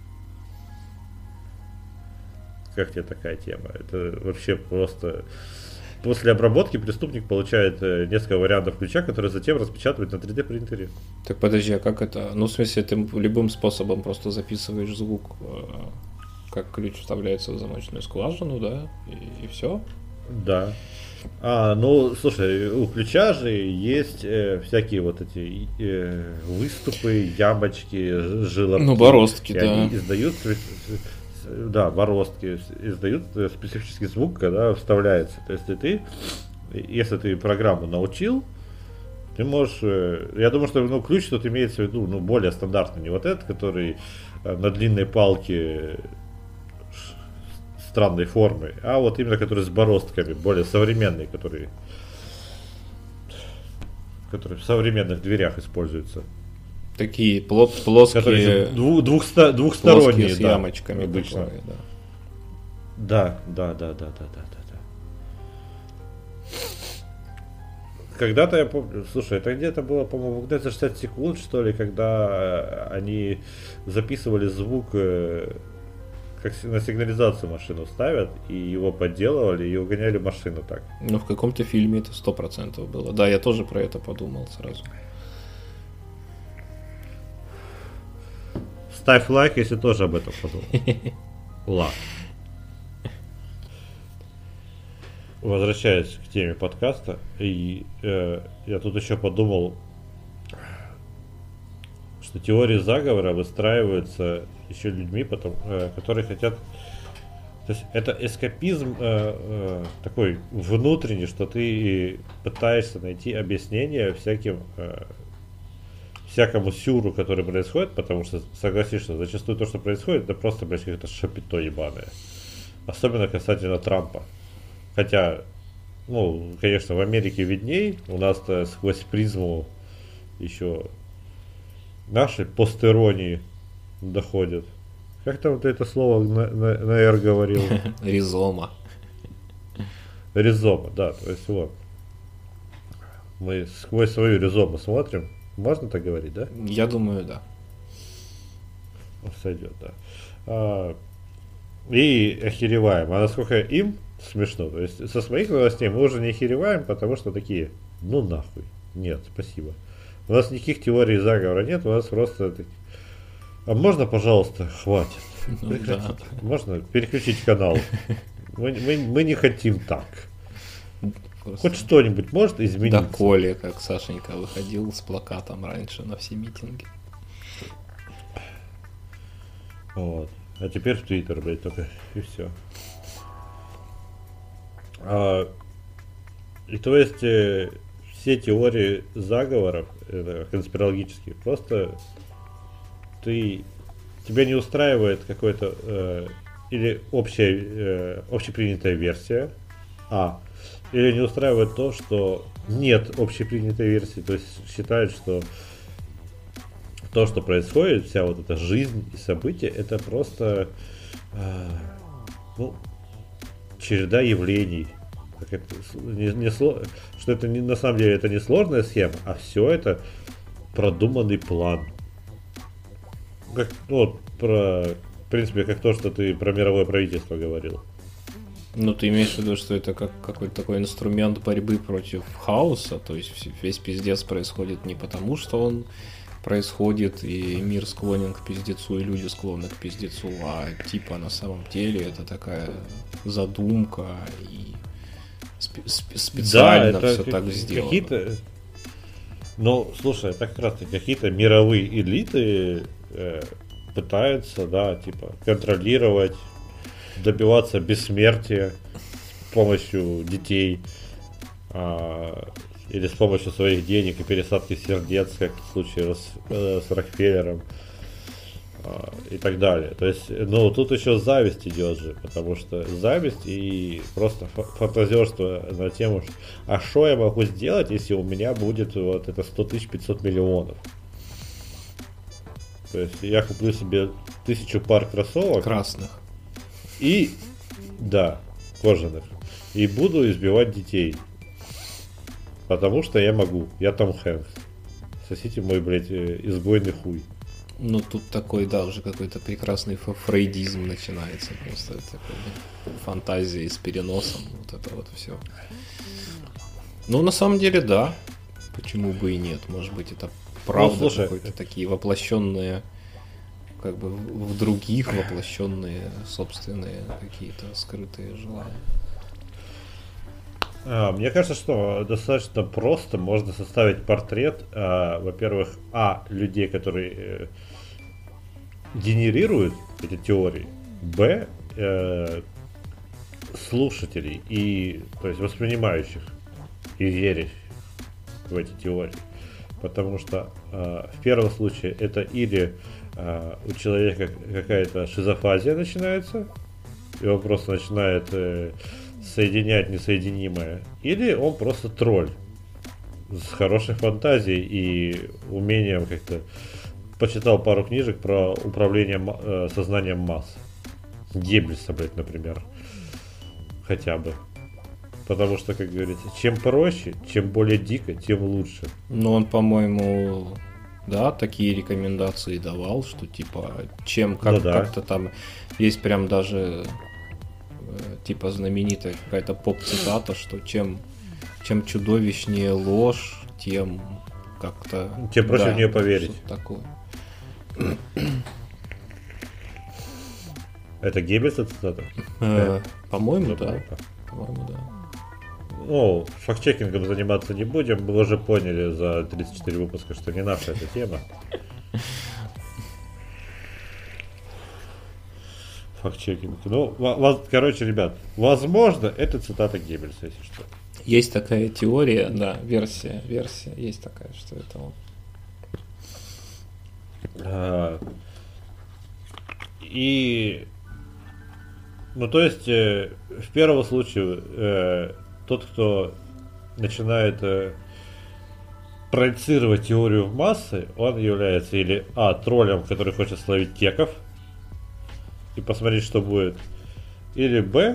Как тебе такая тема? Это вообще просто... После обработки преступник получает э, несколько вариантов ключа, которые затем распечатывают на три дэ принтере. Так подожди, а как это? Ну, в смысле, ты любым способом просто записываешь звук, э, как ключ вставляется в замочную скважину, да? И, и все? Да. А, ну, слушай, у ключа же есть э, всякие вот эти э, выступы, ямочки, желобки. Ну, бороздки, и да. они издают, да, бороздки, издают специфический звук, когда вставляется. То есть ты, если ты программу научил, ты можешь, я думаю, что ну, ключ тут имеется в виду, ну, более стандартный, не вот этот, который на длинной палке странной формы, а вот именно который с бороздками, более современный, который, который в современных дверях используется. Такие плот, плоские, Которые двух, двухсто, двухсторонние, плоские с да, ямочками обычно. такое, да. Да, да, да, да, да, да, да, да. Когда-то я помню, слушай, это где-то было, по-моему, где-то шестьдесят секунд, что ли, когда они записывали звук, как на сигнализацию машину ставят, и его подделывали, и угоняли машину так. Ну, в каком-то фильме это сто процентов было. Да, я тоже про это подумал сразу. Ставь лайк, если тоже об этом подумал. Ладно. Возвращаясь к теме подкаста, и э, я тут еще подумал, что теории заговора выстраиваются еще людьми, потом, э, которые хотят... То есть это эскапизм э, э, такой внутренний, что ты пытаешься найти объяснение всяким... Э, всякому сюру, который происходит, потому что, согласись, что зачастую то, что происходит, это просто, блядь, какое-то шапито ебаное. Особенно касательно Трампа. Хотя, ну, конечно, в Америке видней, у нас-то сквозь призму еще нашей постеронии доходит. Как там ты это слово на, на, на «р» говорил? Ризома. Ризома, да, то есть вот. Мы сквозь свою ризому смотрим. Можно так говорить, да? Я думаю, да. Сойдет, да. А, и охереваем. А насколько им смешно. То есть со своих новостей мы уже не охереваем, потому что такие, ну нахуй. Нет, спасибо. У нас никаких теорий заговора нет, у нас просто... А можно, пожалуйста, хватит? Ну, да. Можно переключить канал? Мы, мы, мы не хотим так. Хоть что-нибудь может измениться. Да, Коля, как Сашенька выходил с плакатом раньше на все митинги. Вот. А теперь в Твиттер, блядь, только и все. А, и то есть э, все теории заговоров э, конспирологические, просто ты тебя не устраивает какой-то э, или общая э, общепринятая версия, а или не устраивает то, что нет общепринятой версии, то есть считают, что то, что происходит, вся вот эта жизнь и события, это просто э, ну, череда явлений. Как это, не, не, что это не, на самом деле это не сложная схема, а все это продуманный план. Как, ну, вот, про, в принципе, как то, что ты про мировое правительство говорил. Ну, ты имеешь в виду, что это как какой-то такой инструмент борьбы против хаоса, то есть весь пиздец происходит не потому, что он происходит, и мир склонен к пиздецу, и люди склонны к пиздецу, а типа на самом деле это такая задумка, и спе- спе- специально да, все так сделано. Какие-то... Ну, слушай, это как раз какие-то мировые элиты э, пытаются, да, типа, контролировать, добиваться бессмертия с помощью детей, а, или с помощью своих денег и пересадки сердец, как в случае с, э, с Рокфеллером, а, и так далее. То есть, ну, тут еще зависть идет же, потому что зависть и просто фантазерство на тему, а что я могу сделать, если у меня будет вот это сто тысяч пятьсот миллионов. То есть я куплю себе тысячу пар кроссовок. Красных. И, да, кожаных. И буду избивать детей. Потому что я могу. Я Том Хэнкс. Сосите мой, блядь, изгойный хуй. Ну, тут такой, да, уже какой-то прекрасный фрейдизм начинается. Просто такой фантазия с переносом. Вот это вот все. Ну, на самом деле, да. Почему бы и нет? Может быть, это правда, ну, слушай, какие-то такие воплощенные, как бы в других воплощенные собственные какие-то скрытые желания. А, мне кажется, что достаточно просто можно составить портрет, а, во-первых, а, людей, которые э, генерируют эти теории, б, э, слушателей и, то есть, воспринимающих и верящих в эти теории. Потому что э, в первом случае это или э, у человека какая-то шизофазия начинается, и он просто начинает э, соединять несоединимое, или он просто тролль с хорошей фантазией и умением как-то почитал пару книжек про управление э, сознанием масс. Геббельса, блядь, например. Хотя бы. Потому что, как говорится, чем проще, чем более дико, тем лучше. Ну, он, по-моему, да, такие рекомендации давал, что типа, чем как, ну, да. как-то там есть прям даже э, типа знаменитая какая-то поп-цитата, что чем, чем чудовищнее ложь, тем как-то... Тем проще да, в нее поверить. Такое. Это Геббельса цитата? Э, по-моему, да. По-моему, да. Ну, факт-чекингом заниматься не будем, мы уже поняли за тридцать четыре выпуска, что не наша эта тема. Факт-чекинг. Ну, в- короче, ребят, возможно, это цитата Геббельса, если что. Есть такая теория, да, версия, версия, есть такая, что это он. А, и, ну, то есть, э, в первом случае, э, тот, кто начинает э, проецировать теорию в массы, он является или а, троллем, который хочет словить кеков и посмотреть, что будет, или б,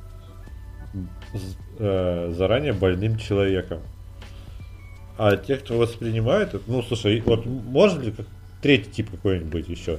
э, заранее больным человеком. А те, кто воспринимает это, ну, слушай, вот может ли как третий тип какой-нибудь быть еще?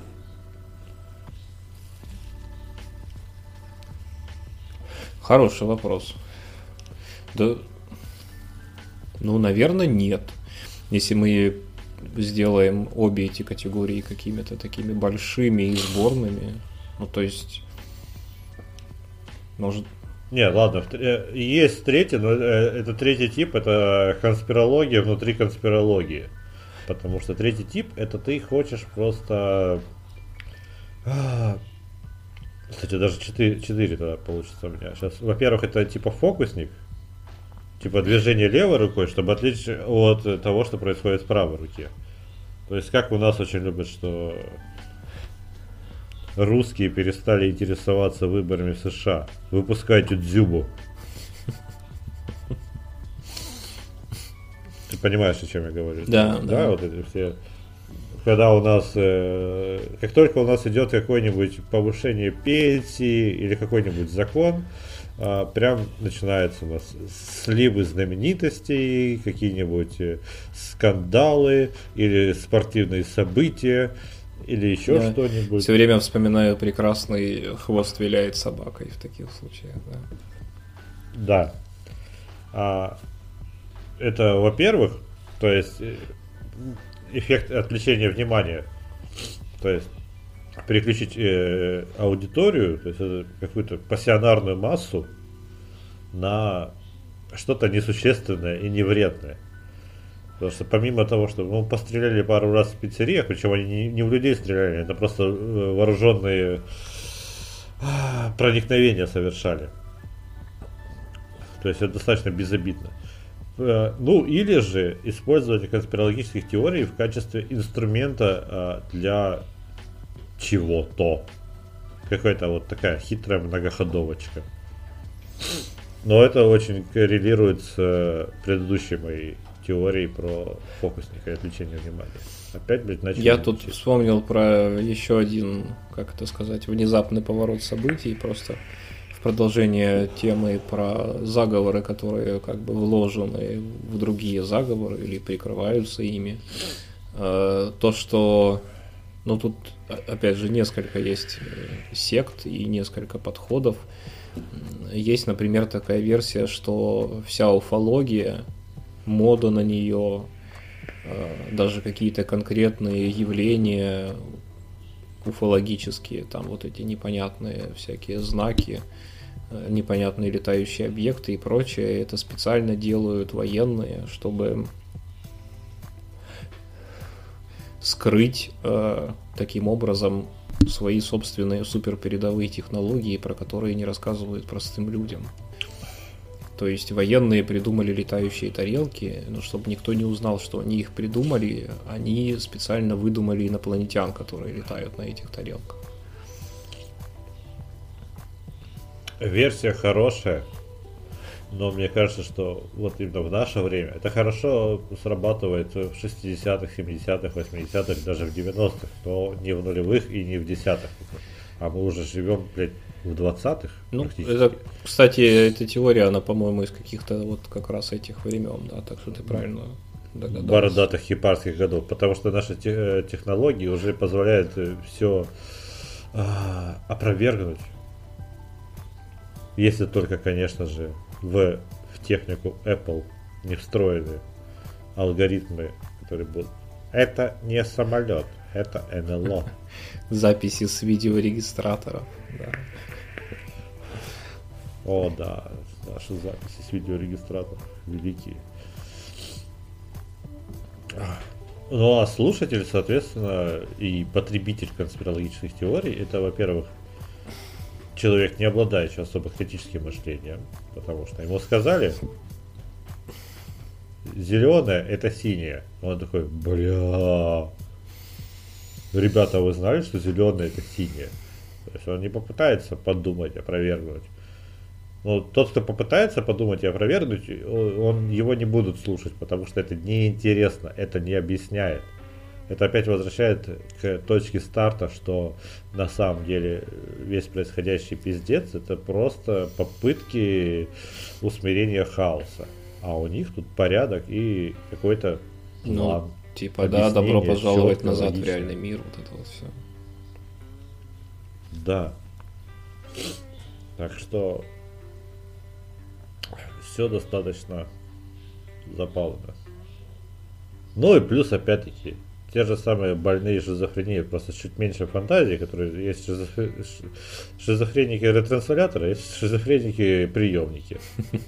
Хороший вопрос. Да, ну, наверное, нет. Если мы сделаем обе эти категории какими-то такими большими и сборными, ну, то есть, может, Не, ладно, в тр- э, есть третий, но э, это третий тип, это конспирология внутри конспирологии. Потому что третий тип, это ты хочешь просто... а, Кстати, даже четыре, четыре тогда получится у меня. Сейчас, во-первых, это типа фокусник, типа движение левой рукой, чтобы отличить от э, того, что происходит с правой руки. То есть, как у нас очень любят, что русские перестали интересоваться выборами в США. Выпускайте дзюбу. Ты понимаешь, о чем я говорю? Да, Да, да. вот эти все. Когда у нас, э, как только у нас идет какое-нибудь повышение пенсии или какой-нибудь закон, а, прям начинается у нас сливы знаменитостей, какие-нибудь э, скандалы или спортивные события или еще Я что-нибудь. все время вспоминаю прекрасный «Хвост виляет собакой» в таких случаях, да. Да. А, это, во-первых, то есть э, эффект отвлечения внимания. То есть переключить э, аудиторию, то есть это какую-то пассионарную массу на что-то несущественное и невредное. Потому что помимо того, что мы постреляли пару раз в пиццериях, причем они не, не в людей стреляли, это просто э, вооруженные а, проникновения совершали. То есть это достаточно безобидно. Э, Ну, или же использование конспирологических теорий в качестве инструмента а, для чего-то. Какая-то вот такая хитрая многоходовочка. Но это очень коррелирует с э, предыдущей моей теорией про фокусника и отвлечение внимания. Опять, блядь, начали. Я тут вспомнил про еще один, как это сказать, внезапный поворот событий, просто в продолжение темы про заговоры, которые как бы вложены в другие заговоры или прикрываются ими. Э, То, что, ну тут опять же несколько есть э, сект и несколько подходов. М, Есть, например, такая версия, что вся уфология, мода на нее, э, даже какие-то конкретные явления уфологические, там вот эти непонятные всякие знаки, э, непонятные летающие объекты и прочее, это специально делают военные, чтобы скрыть э, таким образом свои собственные суперпередовые технологии, про которые не рассказывают простым людям. То есть военные придумали летающие тарелки, но чтобы никто не узнал, что они их придумали, они специально выдумали инопланетян, которые летают на этих тарелках. Версия хорошая, но мне кажется, что вот именно в наше время это хорошо срабатывает в шестидесятых, семидесятых, восьмидесятых, даже в девяностых, но не в нулевых и не в десятых. А мы уже живем, блядь, в двадцатых. Ну, практически. это, кстати, эта теория, она, по-моему, из каких-то вот как раз этих времен, да, так что ты правильно догадался. Бородатых хипарских годов, потому что наши те- технологии уже позволяют все опровергнуть. Если только, конечно же, в, в технику Apple не встроены алгоритмы, которые будут. Это не самолет, это эн эл о. Записи с видеорегистраторов, да. О, да, наши записи с видеорегистраторов великие. Ну а слушатель, соответственно, и потребитель конспирологических теорий, это, во-первых, человек, не обладающий особо критическим мышлением, потому что ему сказали, зеленое это синее. Он такой, бля, ребята, вы знали, что зеленое это синее? То есть он не попытается подумать, опровергнуть. Но тот, кто попытается подумать и опровергнуть, он, его не будут слушать, потому что это неинтересно, это не объясняет. Это опять возвращает к точке старта, что на самом деле весь происходящий пиздец это просто попытки усмирения хаоса. А у них тут порядок и какой-то план. Ну, типа, да, добро объяснение, пожаловать чётко, назад в логично. реальный мир, вот это вот все. Да. Так что все достаточно запалено. Ну и плюс, опять-таки, те же самые больные шизофренией, просто чуть меньше фантазии, которые есть шизофре... шизофреники ретрансляторы, есть шизофреники приемники.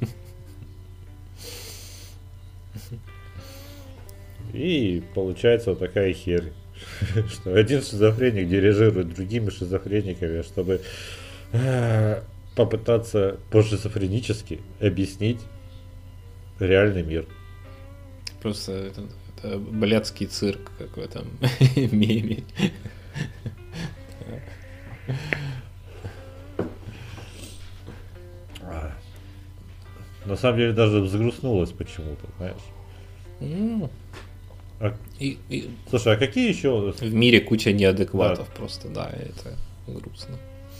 И получается вот такая херь, что один шизофреник дирижирует другими шизофрениками, чтобы э, попытаться по-шизофренически объяснить реальный мир. Просто это, это блядский цирк, как в этом меме. На самом деле даже взгрустнулось почему-то, знаешь. Mm. А... И, и... Слушай, а какие еще... В мире куча неадекватов, да. Просто, да, это грустно.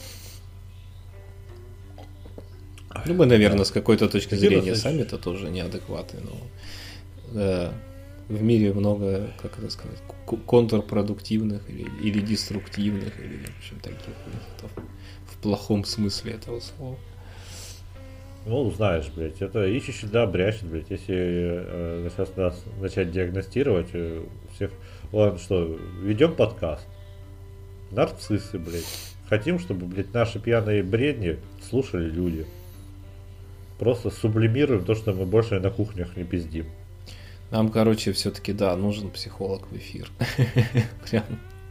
Ну, мы, наверное, да. С какой-то точки Где зрения сами-то тоже неадекваты, но да, в мире много, как это сказать, контрпродуктивных или, или деструктивных, или, в общем, таких в плохом смысле этого слова. Ну, знаешь, блядь, это ищущий, да, брящет, блядь, если э, сейчас нас начать диагностировать э, всех, ладно, что, ведем подкаст, нарциссы, блядь, хотим, чтобы, блядь, наши пьяные бредни слушали люди, просто сублимируем то, что мы больше на кухнях не пиздим. Нам, короче, все-таки, да, нужен психолог в эфир, прям,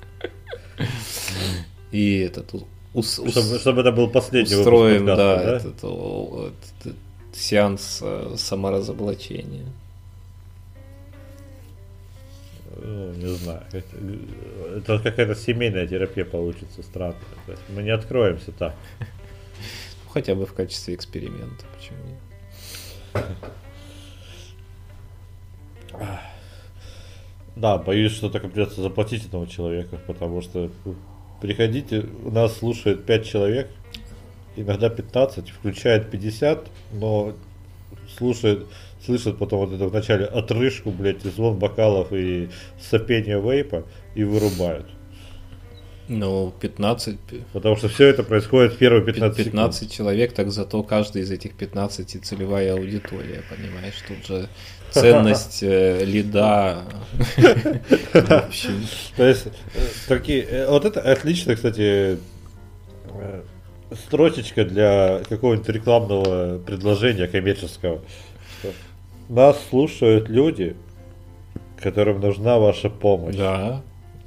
и это тут. Ус, ус, чтобы, чтобы это был последний устроим, выпуск подкаста, да, да? Этот, этот, этот сеанс э, саморазоблачения. Ну, не знаю. Это, это какая-то семейная терапия получится странная. Мы не откроемся так. Ну, хотя бы в качестве эксперимента, почему нет? Да, боюсь, что так придется заплатить этому человеку, потому что приходите, у нас слушает пять человек, иногда пятнадцать, включает пятьдесят, но слушает, слышит потом вот это в начале отрыжку, блядь, и звон бокалов и сопение вейпа и вырубают. Ну, пятнадцать... Потому что все это происходит в первые пятнадцать, пятнадцать секунд. Человек, так зато каждый из этих пятнадцати целевая аудитория, понимаешь? Тут же ценность э, лида. То есть, такие... Вот это отлично, кстати, строчечка для какого-нибудь рекламного предложения коммерческого. Нас слушают люди, которым нужна ваша помощь. Да.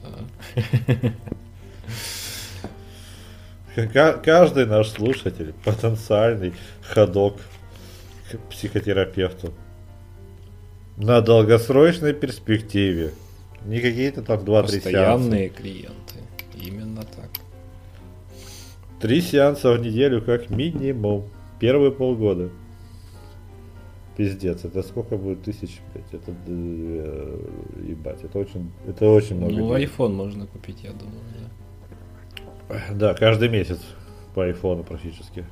Каждый наш слушатель потенциальный ходок к психотерапевту на долгосрочной перспективе. Не какие-то там два-три сеанса. Постоянные клиенты. Именно так. Три сеанса в неделю как минимум. Первые полгода. Пиздец, это сколько будет тысяч, блядь, это э, ебать, это очень, это очень много. Ну, iPhone можно купить, я думаю, да. Да, каждый месяц по айфону практически.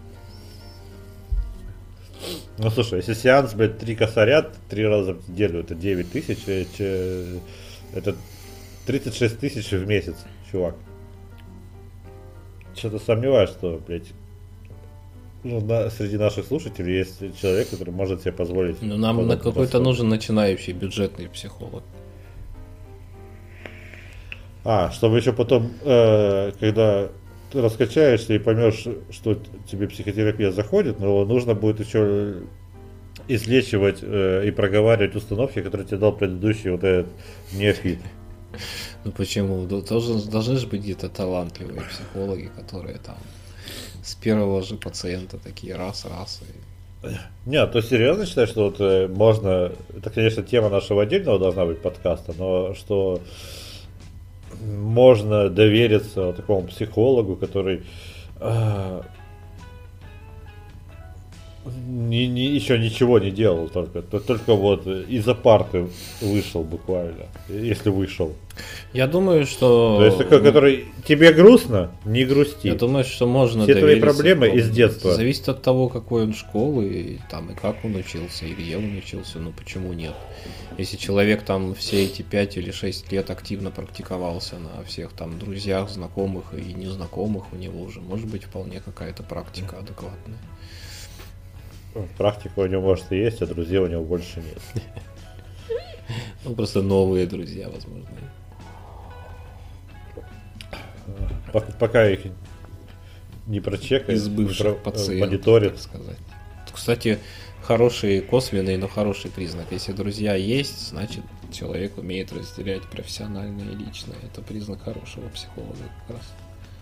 Ну слушай, если сеанс, блядь, три косаря, три раза в неделю, это девять тысяч, это тридцать шесть тысяч в месяц, чувак. Что-то сомневаюсь, что, блядь, ну, на, среди наших слушателей есть человек, который может себе позволить. Ну, нам на какой-то нужен начинающий бюджетный психолог. А, чтобы еще потом, э, когда ты раскачаешься и поймешь, что тебе психотерапия заходит, но нужно будет еще излечивать э, и проговаривать установки, которые тебе дал предыдущий вот этот неофит. Ну почему? Должны, должны же быть где-то талантливые психологи, которые там с первого же пациента такие раз-раз. И... Нет, то серьезно считаю, что вот э, можно, это, конечно, тема нашего отдельного должна быть подкаста, но что можно довериться вот такому психологу, который э, ни, ни, еще ничего не делал, только, только вот из-за парты вышел буквально, если вышел. Я думаю, что... То есть, который тебе грустно, не грусти. Я думаю, что можно все довериться. Все твои проблемы из детства. Зависит от того, какой он школы, и, там, и как он учился, и где он учился, ну почему нет. Если человек там все эти пять или шесть лет активно практиковался на всех там друзьях, знакомых и незнакомых, у него уже может быть вполне какая-то практика адекватная. Практика у него может и есть, а друзей у него больше нет. Ну, просто новые друзья, возможно. Пока, пока их не прочекает, Из бывших не про, пациентов, мониторит. так сказать. Кстати, хороший косвенный, но хороший признак. Если друзья есть, значит человек умеет разделять профессиональное и личное. Это признак хорошего психолога как раз.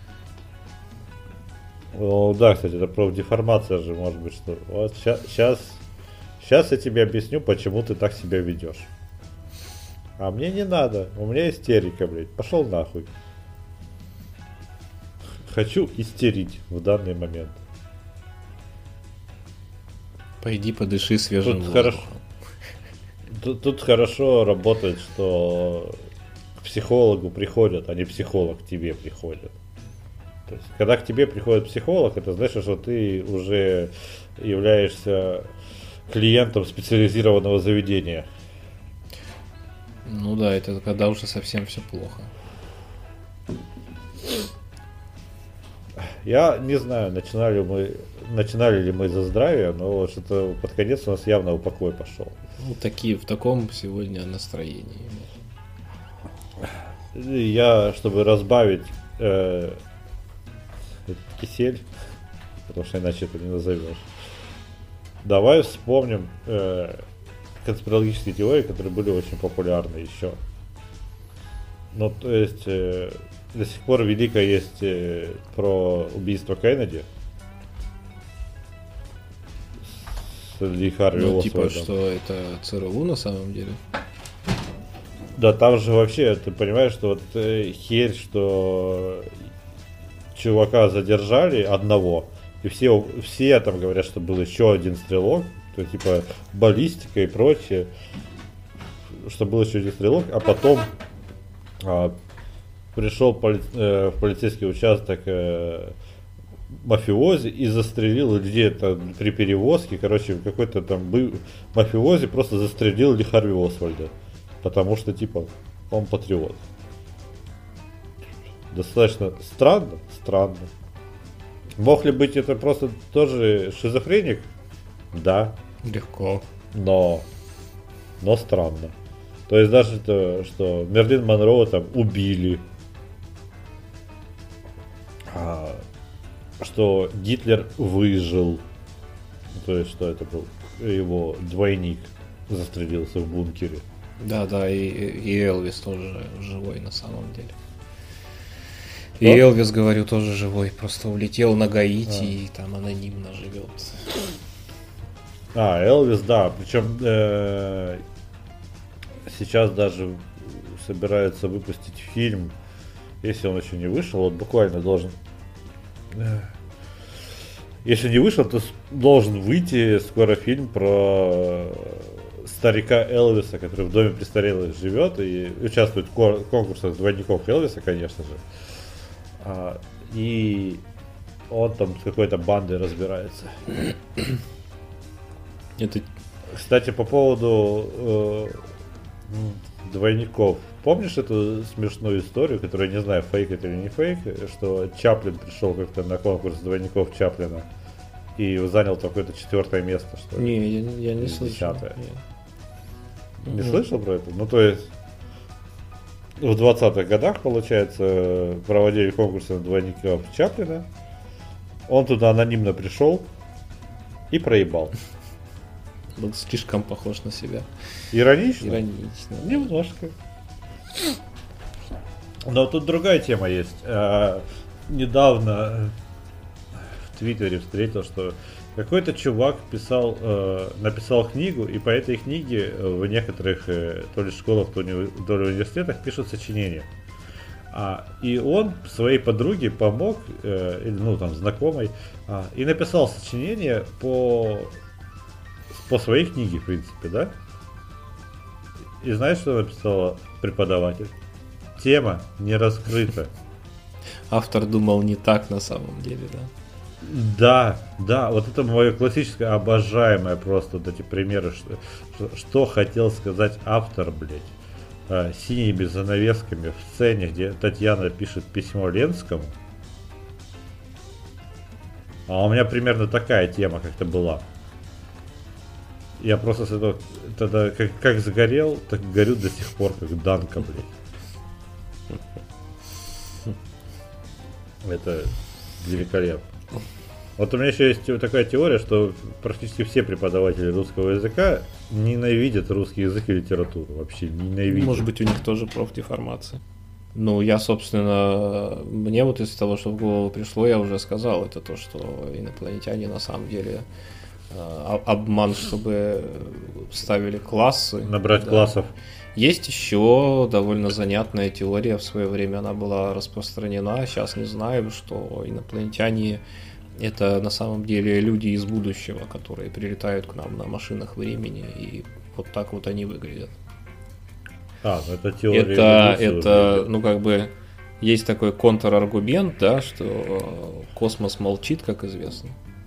Ну да, кстати, это профдеформация же может быть, что вот сейчас, сейчас я тебе объясню, почему ты так себя ведешь. А мне не надо, у меня истерика, блядь, пошел нахуй. Хочу истерить в данный момент. Пойди подыши свежим Тут воздухом. хорошо, тут, тут хорошо работает, что к психологу приходят, а не психолог к тебе приходит. То есть, когда к тебе приходит психолог, это значит, что ты уже являешься клиентом специализированного заведения. Ну да, это когда уже совсем все плохо. Я не знаю, начинали мы, начинали ли мы за здравие, но что-то под конец у нас явно упокой пошел. Ну, такие, в таком сегодня настроении. Я, чтобы разбавить э, этот кисель, потому что иначе это не назовешь, давай вспомним э, конспирологические теории, которые были очень популярны еще. Ну, то есть, э, до сих пор великая есть э, про убийство Кеннеди. С Ли Харви Ну, Освальдом. типа, что это ЦРУ на самом деле. Да, там же вообще, ты понимаешь, что вот э, херь, что чувака задержали одного, и все, все там говорят, что был еще один стрелок, то типа баллистика и прочее, что был еще один стрелок, а потом а, пришел поли, э, в полицейский участок э, мафиози и застрелил людей это при перевозке, короче, какой-то там был мафиози просто застрелил Ли Харви Освальда. Потому что, типа, он патриот. Достаточно странно, странно. Мог ли быть это просто тоже шизофреник? Да. Легко. Но, но странно. То есть даже то, что Мерлин Монро там убили. А, что Гитлер выжил. То есть, что это был его двойник застрелился в бункере. Да, да, и, и Элвис тоже живой на самом деле. И Что? Элвис, говорю, тоже живой. Просто улетел на Гаити А. и там анонимно живет. А, Элвис, да. Причем э, сейчас даже собираются выпустить фильм, если он еще не вышел, вот буквально должен. э, Если не вышел, то с- должен выйти скоро фильм про старика Элвиса, который в доме престарелых живет и участвует в кор- конкурсах двойников Элвиса, конечно же. А, и он там с какой-то бандой разбирается. Это Кстати, по поводу э, м, двойников. Помнишь эту смешную историю, которую я не знаю, фейк это или не фейк, что Чаплин пришел как-то на конкурс двойников Чаплина и занял какое-то четвертое место, что ли? не, я, я не Или слышал. десятое. Нет. Не Мгм. слышал про это? Ну, то есть, в двадцатых годах, получается, проводили конкурсы на двойников Чаплина. Он туда анонимно пришел и проебал. Он слишком похож на себя. Иронично? Иронично. Немножко. Но тут другая тема есть. А, недавно в Твиттере встретил, что какой-то чувак писал, э, написал книгу, и по этой книге в некоторых э, то ли школах, то ли, то ли университетах пишут сочинения. А, и он своей подруге помог, э, или, ну там знакомой, а, и написал сочинение по, по своей книге, в принципе, да? И знаешь, что написала преподаватель? Тема не раскрыта. Автор думал не так на самом деле, да. Да, да, вот это мое классическое, обожаемое просто вот эти примеры, что, что, что хотел сказать автор, блядь, а, синими занавесками в сцене, где Татьяна пишет письмо Ленскому. А у меня примерно такая тема как-то была. Я просто с этого тогда как, как загорел, так горю до сих пор, как Данка, блядь. Это великолепно. Вот у меня еще есть такая теория, что практически все преподаватели русского языка ненавидят русский язык и литературу. Вообще ненавидят. Может быть, у них тоже профдеформация. Ну, я, собственно, мне вот из того, что в голову пришло, я уже сказал, это то, что инопланетяне на самом деле э, обман, чтобы ставили классы. Набрать да. классов. Есть еще довольно занятная теория, в свое время она была распространена, сейчас не знаю, что инопланетяне это на самом деле люди из будущего, которые прилетают к нам на машинах времени, и вот так вот они выглядят. А, ну это теория. Это, это ну как бы, есть такой контраргумент, да, что космос молчит, как известно.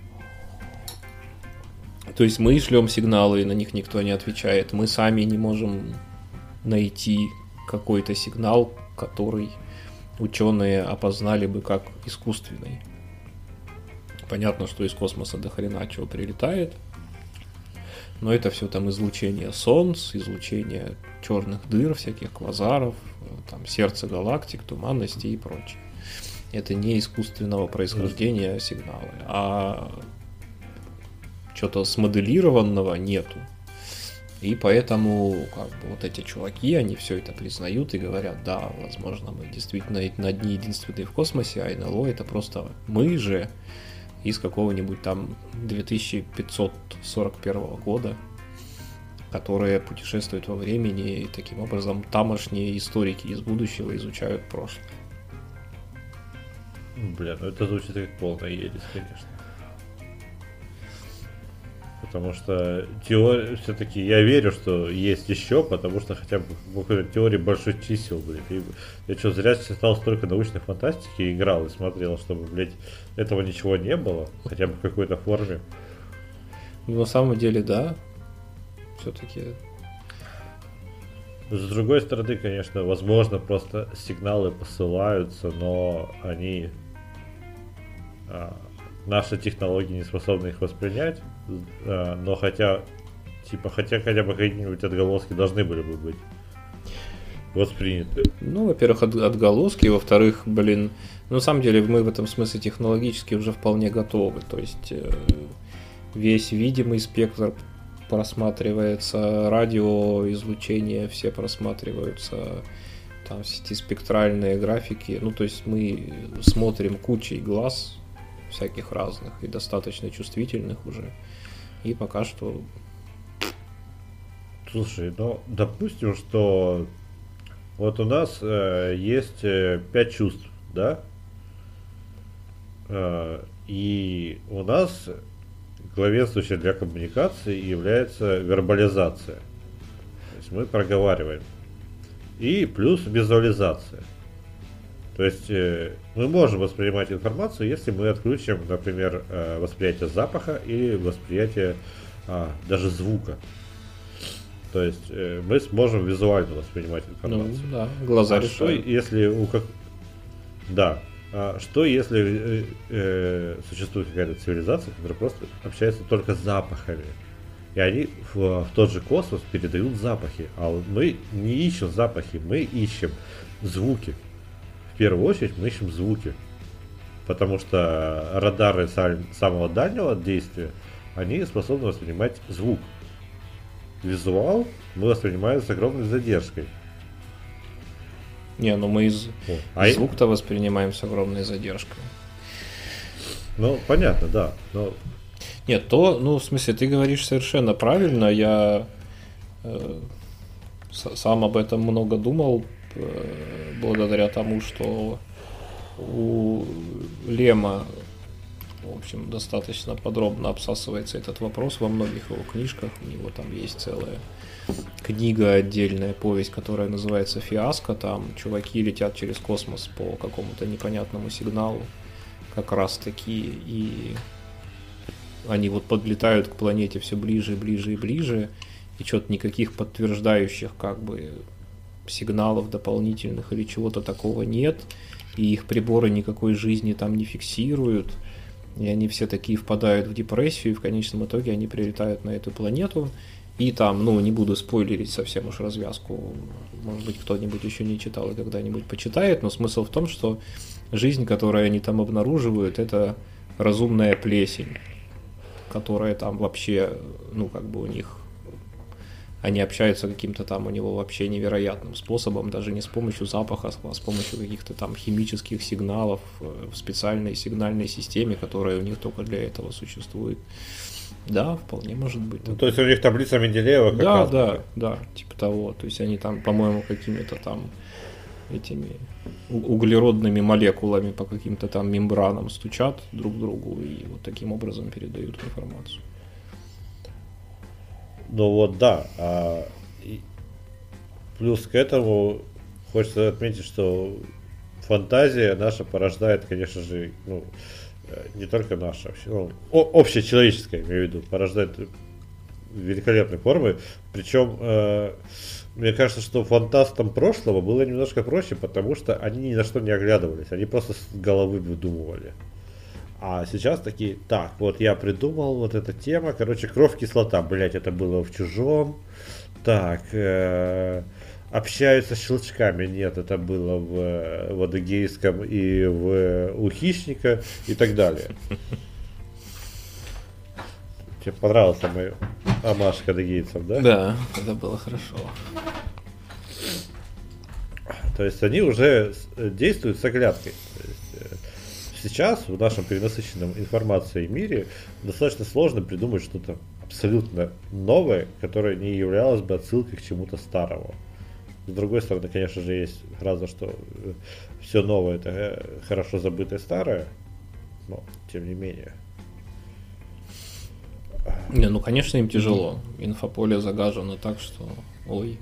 То есть мы шлем сигналы, и на них никто не отвечает. Мы сами не можем найти какой-то сигнал, который ученые опознали бы как искусственный. Понятно, что из космоса до хрена чего прилетает, но это все там излучение солнц, излучение черных дыр, всяких квазаров, там сердце галактик, туманности и прочее. Это не искусственного происхождения сигналы, а что-то смоделированного нету. И поэтому как бы, вот эти чуваки, они все это признают и говорят, да, возможно, мы действительно одни единственные в космосе, а эн эл о это просто мы же из какого-нибудь там две тысячи пятьсот сорок первого года, которые путешествуют во времени, и таким образом тамошние историки из будущего изучают прошлое. Бля, ну это звучит как полная ересь, конечно. Потому что теория, все-таки я верю, что есть еще, потому что хотя бы в теории больших чисел, блядь. И я что, зря читал столько научной фантастики, играл и смотрел, чтобы, блядь, этого ничего не было, хотя бы в какой-то форме. Ну, на самом деле, да. Все-таки. С другой стороны, конечно, возможно, просто сигналы посылаются, но они... А, наши технологии не способны их воспринять, но хотя, типа, хотя хотя бы какие-нибудь отголоски должны были бы быть восприняты. Ну, во-первых, от, отголоски, во-вторых, блин, ну, на самом деле мы в этом смысле технологически уже вполне готовы, то есть э, весь видимый спектр просматривается, радиоизлучение все просматриваются, там все эти спектральные графики, ну, то есть мы смотрим кучей глаз всяких разных и достаточно чувствительных уже. И пока что... Слушай, ну, допустим, что вот у нас э, есть э, пять чувств, да? Э, и у нас главенствующей для коммуникации является вербализация. То есть мы проговариваем. И плюс визуализация. То есть э, мы можем воспринимать информацию, если мы отключим, например, э, восприятие запаха или восприятие а, даже звука. То есть э, мы сможем визуально воспринимать информацию. Ну, да, глаза а что если у как... Да. А что если э, э, существует какая-то цивилизация, которая просто общается только с запахами? И они в, в тот же космос передают запахи. А мы не ищем запахи, мы ищем звуки. В первую очередь мы ищем звуки, потому что радары самого дальнего действия, они способны воспринимать звук. Визуал мы воспринимаем с огромной задержкой. Не, ну мы из... а звук-то воспринимаем с огромной задержкой. Ну, понятно, да. Но... Нет, то, ну, в смысле, ты говоришь совершенно правильно, я э, сам об этом много думал, благодаря тому, что у Лема, в общем, достаточно подробно обсасывается этот вопрос во многих его книжках. У него там есть целая книга, отдельная повесть, которая называется «Фиаско». Там чуваки летят через космос по какому-то непонятному сигналу, как раз таки, и они вот подлетают к планете все ближе и ближе и ближе, и что-то никаких подтверждающих как бы сигналов дополнительных или чего-то такого нет, и их приборы никакой жизни там не фиксируют, И они все такие впадают в депрессию, и в конечном итоге они прилетают на эту планету. И там, ну, не буду спойлерить совсем уж развязку, может быть, кто-нибудь еще не читал и когда-нибудь почитает, но смысл в том, что жизнь, которую они там обнаруживают, это разумная плесень, которая там вообще, ну, как бы у них, они общаются каким-то там у него вообще невероятным способом, даже не с помощью запаха, а с помощью каких-то там химических сигналов в специальной сигнальной системе, которая у них только для этого существует. Да, вполне может быть. Ну, то есть у них таблица Менделеева как Да, раз. да, да, типа того. То есть они там, по-моему, какими-то там этими углеродными молекулами по каким-то там мембранам стучат друг другу и вот таким образом передают информацию. Ну вот да. А, и плюс к этому хочется отметить, что фантазия наша порождает, конечно же, ну, не только наша, вообще, ну, общечеловеческая, имею в виду, порождает великолепные формы. Причем, э, мне кажется, что фантастам прошлого было немножко проще, потому что они ни на что не оглядывались, они просто с головы выдумывали. А сейчас такие, так, вот я придумал, вот эта тема, короче, кровь, кислота, блять, это было в Чужом. Так, э, общаются с щелчками, нет, это было в, в Адыгейском и в у Хищника и так далее. Тебе понравился мой омаж к адыгейцам, да? Да, это было хорошо. То есть они уже действуют с оглядкой. То есть, сейчас в нашем перенасыщенном информацией мире достаточно сложно придумать что-то абсолютно новое, которое не являлось бы отсылкой к чему-то старому. С другой стороны, конечно же, есть фраза, что все новое это хорошо забытое старое, но тем не менее. Не, ну конечно им тяжело. Инфополе загажено так, что ой.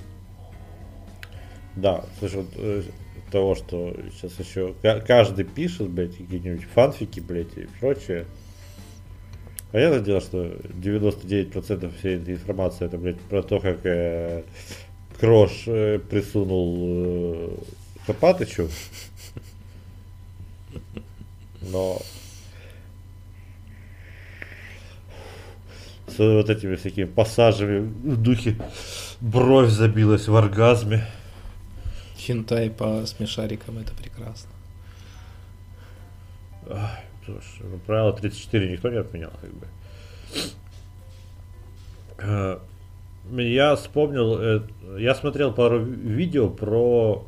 Да, слушай, вот, э, того, что сейчас еще каждый пишет, блядь, какие-нибудь фанфики, блядь, и прочее. Понятное дело, что девяносто девять процентов всей этой информации это, блядь, про то, как э, Крош э, присунул э, Копатычу. Но с вот этими всякими пассажами в духе бровь забилась в оргазме. Хентай по смешарикам это прекрасно. Ах, слушай, ну, правило тридцать четыре никто не отменял, как бы. Я вспомнил, я смотрел пару видео про,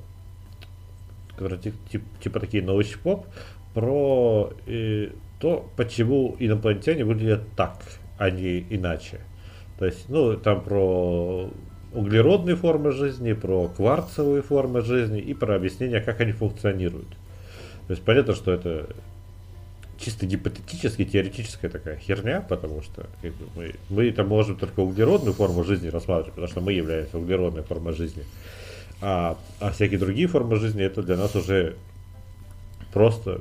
типа, типа такие научпоп, про э, то, почему инопланетяне выглядят так, а не иначе. То есть, ну, там про углеродные формы жизни, про кварцевые формы жизни и про объяснение, как они функционируют. То есть понятно, что это чисто гипотетически, теоретическая такая херня, потому что как бы, мы, мы там можем только углеродную форму жизни рассматривать, потому что мы являемся углеродной формой жизни. А, а всякие другие формы жизни это для нас уже просто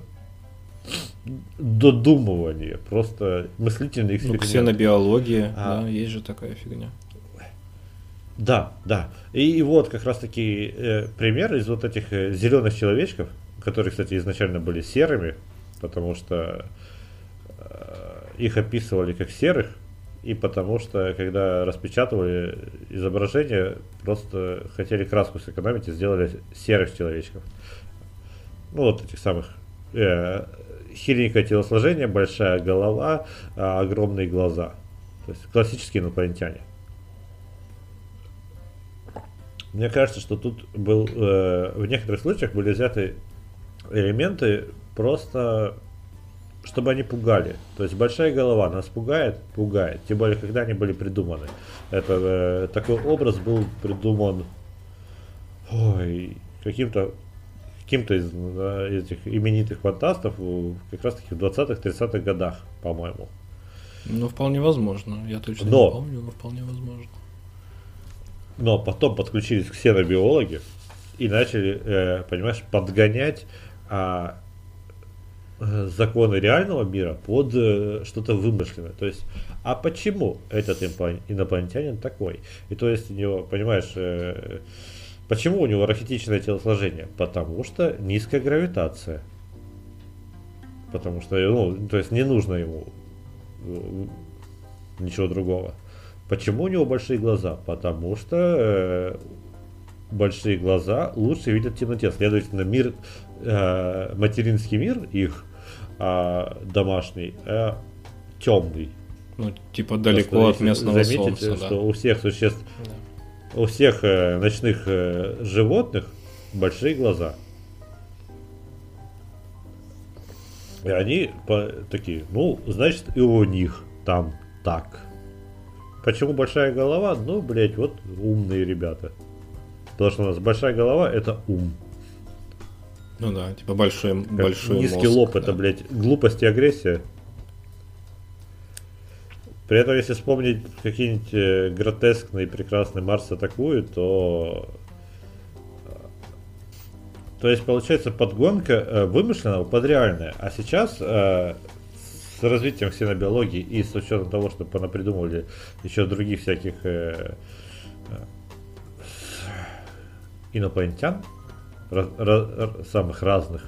додумывание, просто мыслительный эксперимент. Ну, ксенобиология, а, да, есть же такая фигня. Да, да. И, и вот как раз таки э, пример из вот этих э, зеленых человечков, которые, кстати, изначально были серыми, потому что э, их описывали как серых, и потому что, когда распечатывали изображение, просто хотели краску сэкономить и сделали серых человечков. Ну, вот этих самых э, хиленькое телосложение, большая голова, э, огромные глаза. То есть классические инопланетяне. Мне кажется, что тут был, э, в некоторых случаях были взяты элементы просто, чтобы они пугали. То есть большая голова нас пугает, пугает. Тем более, когда они были придуманы. Это, э, такой образ был придуман ой, каким-то каким-то из да, этих именитых фантастов как раз таки в двадцатых-тридцатых годах, по-моему. Ну, вполне возможно. Я точно но, не помню, но вполне возможно. Но потом подключились ксенобиологи и начали, э, понимаешь, подгонять а, законы реального мира под э, что-то вымышленное. То есть, а почему этот инопланетянин такой? И то есть у него, понимаешь, э, почему у него рахитичное телосложение? Потому что низкая гравитация. Потому что, ну, то есть не нужно ему ничего другого. Почему у него большие глаза? Потому что э, большие глаза лучше видят в темноте. Следовательно, мир, э, материнский мир их э, домашний э, темный. Ну, типа далеко от местного заметите, солнца, что да. у всех существ, да. у всех э, ночных э, животных большие глаза. И они по, такие, ну, значит, и у них там так. Почему большая голова? Ну, блять, вот умные ребята. Потому что у нас большая голова это ум. Ну да, типа большой, как большой низкий мозг, лоб да. Это, блять, глупость и агрессия. При этом, если вспомнить какие-нибудь э, гротескные прекрасные Марс атакуют, то То есть получается подгонка э, вымышленного под реальное. А сейчас э, с развитием ксенобиологии и с учетом того, что понапридумывали еще других всяких э, э, инопланетян, раз, раз, самых разных,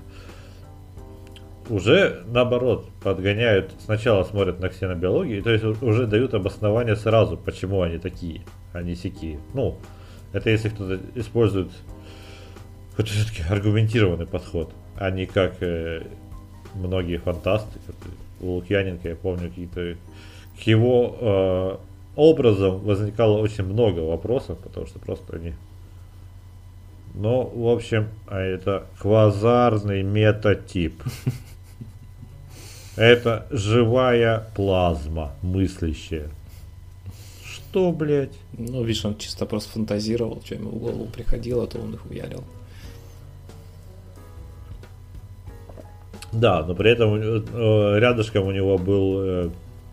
уже наоборот подгоняют, сначала смотрят на ксенобиологию, то есть уже дают обоснование сразу, почему они такие, а не сякие. Ну, это если кто-то использует какой-то все-таки аргументированный подход, а не как э, многие фантасты, как у Лукьяненко, я помню, какие-то к его э, образом возникало очень много вопросов, потому что просто они... Ну, в общем, а это квазарный метатип. Это живая плазма, мыслящая. Что, блядь? Ну, видишь, он чисто просто фантазировал, что ему в голову приходило, то он их уярил. Да, но при этом э, рядышком у него был, э,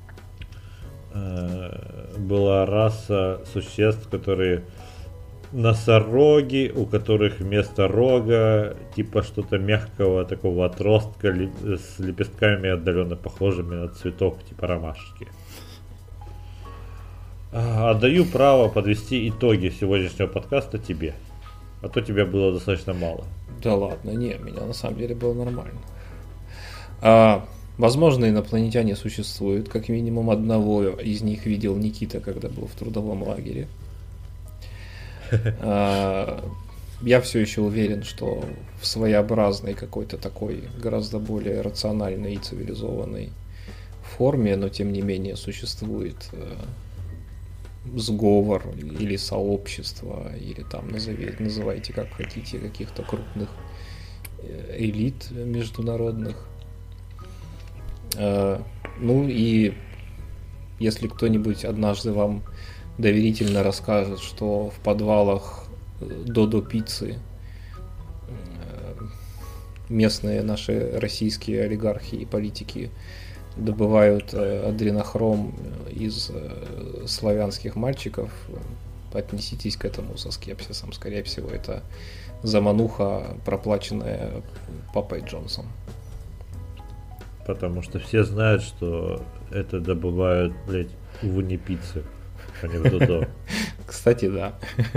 э, была раса существ, которые носороги, у которых вместо рога типа что-то мягкого, такого отростка ли, с лепестками отдаленно похожими на цветок, типа ромашки. Отдаю право подвести итоги сегодняшнего подкаста тебе, а то тебя было достаточно мало. Да ладно, не, меня на самом деле было нормально. А, возможно, инопланетяне существуют, как минимум одного из них видел Никита, когда был в трудовом лагере. А, я все еще уверен, что в своеобразной какой-то такой гораздо более рациональной и цивилизованной форме, но тем не менее существует сговор или сообщество, или там назовите, называйте как хотите, каких-то крупных элит международных. Ну и если кто-нибудь однажды вам доверительно расскажет, что в подвалах Додо Пиццы местные наши российские олигархи и политики добывают адренохром из славянских мальчиков, отнеситесь к этому со скепсисом. Скорее всего, это замануха, проплаченная папой Джонсом. Потому что все знают, что это добывают, блядь, в Унипицце, а не в Додо. Кстати, да.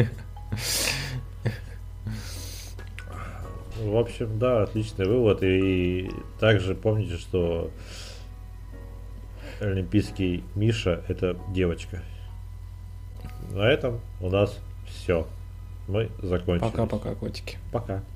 В общем, да, отличный вывод. И также помните, что олимпийский Миша — это девочка. На этом у нас все. Мы закончили. Пока-пока, котики. Пока.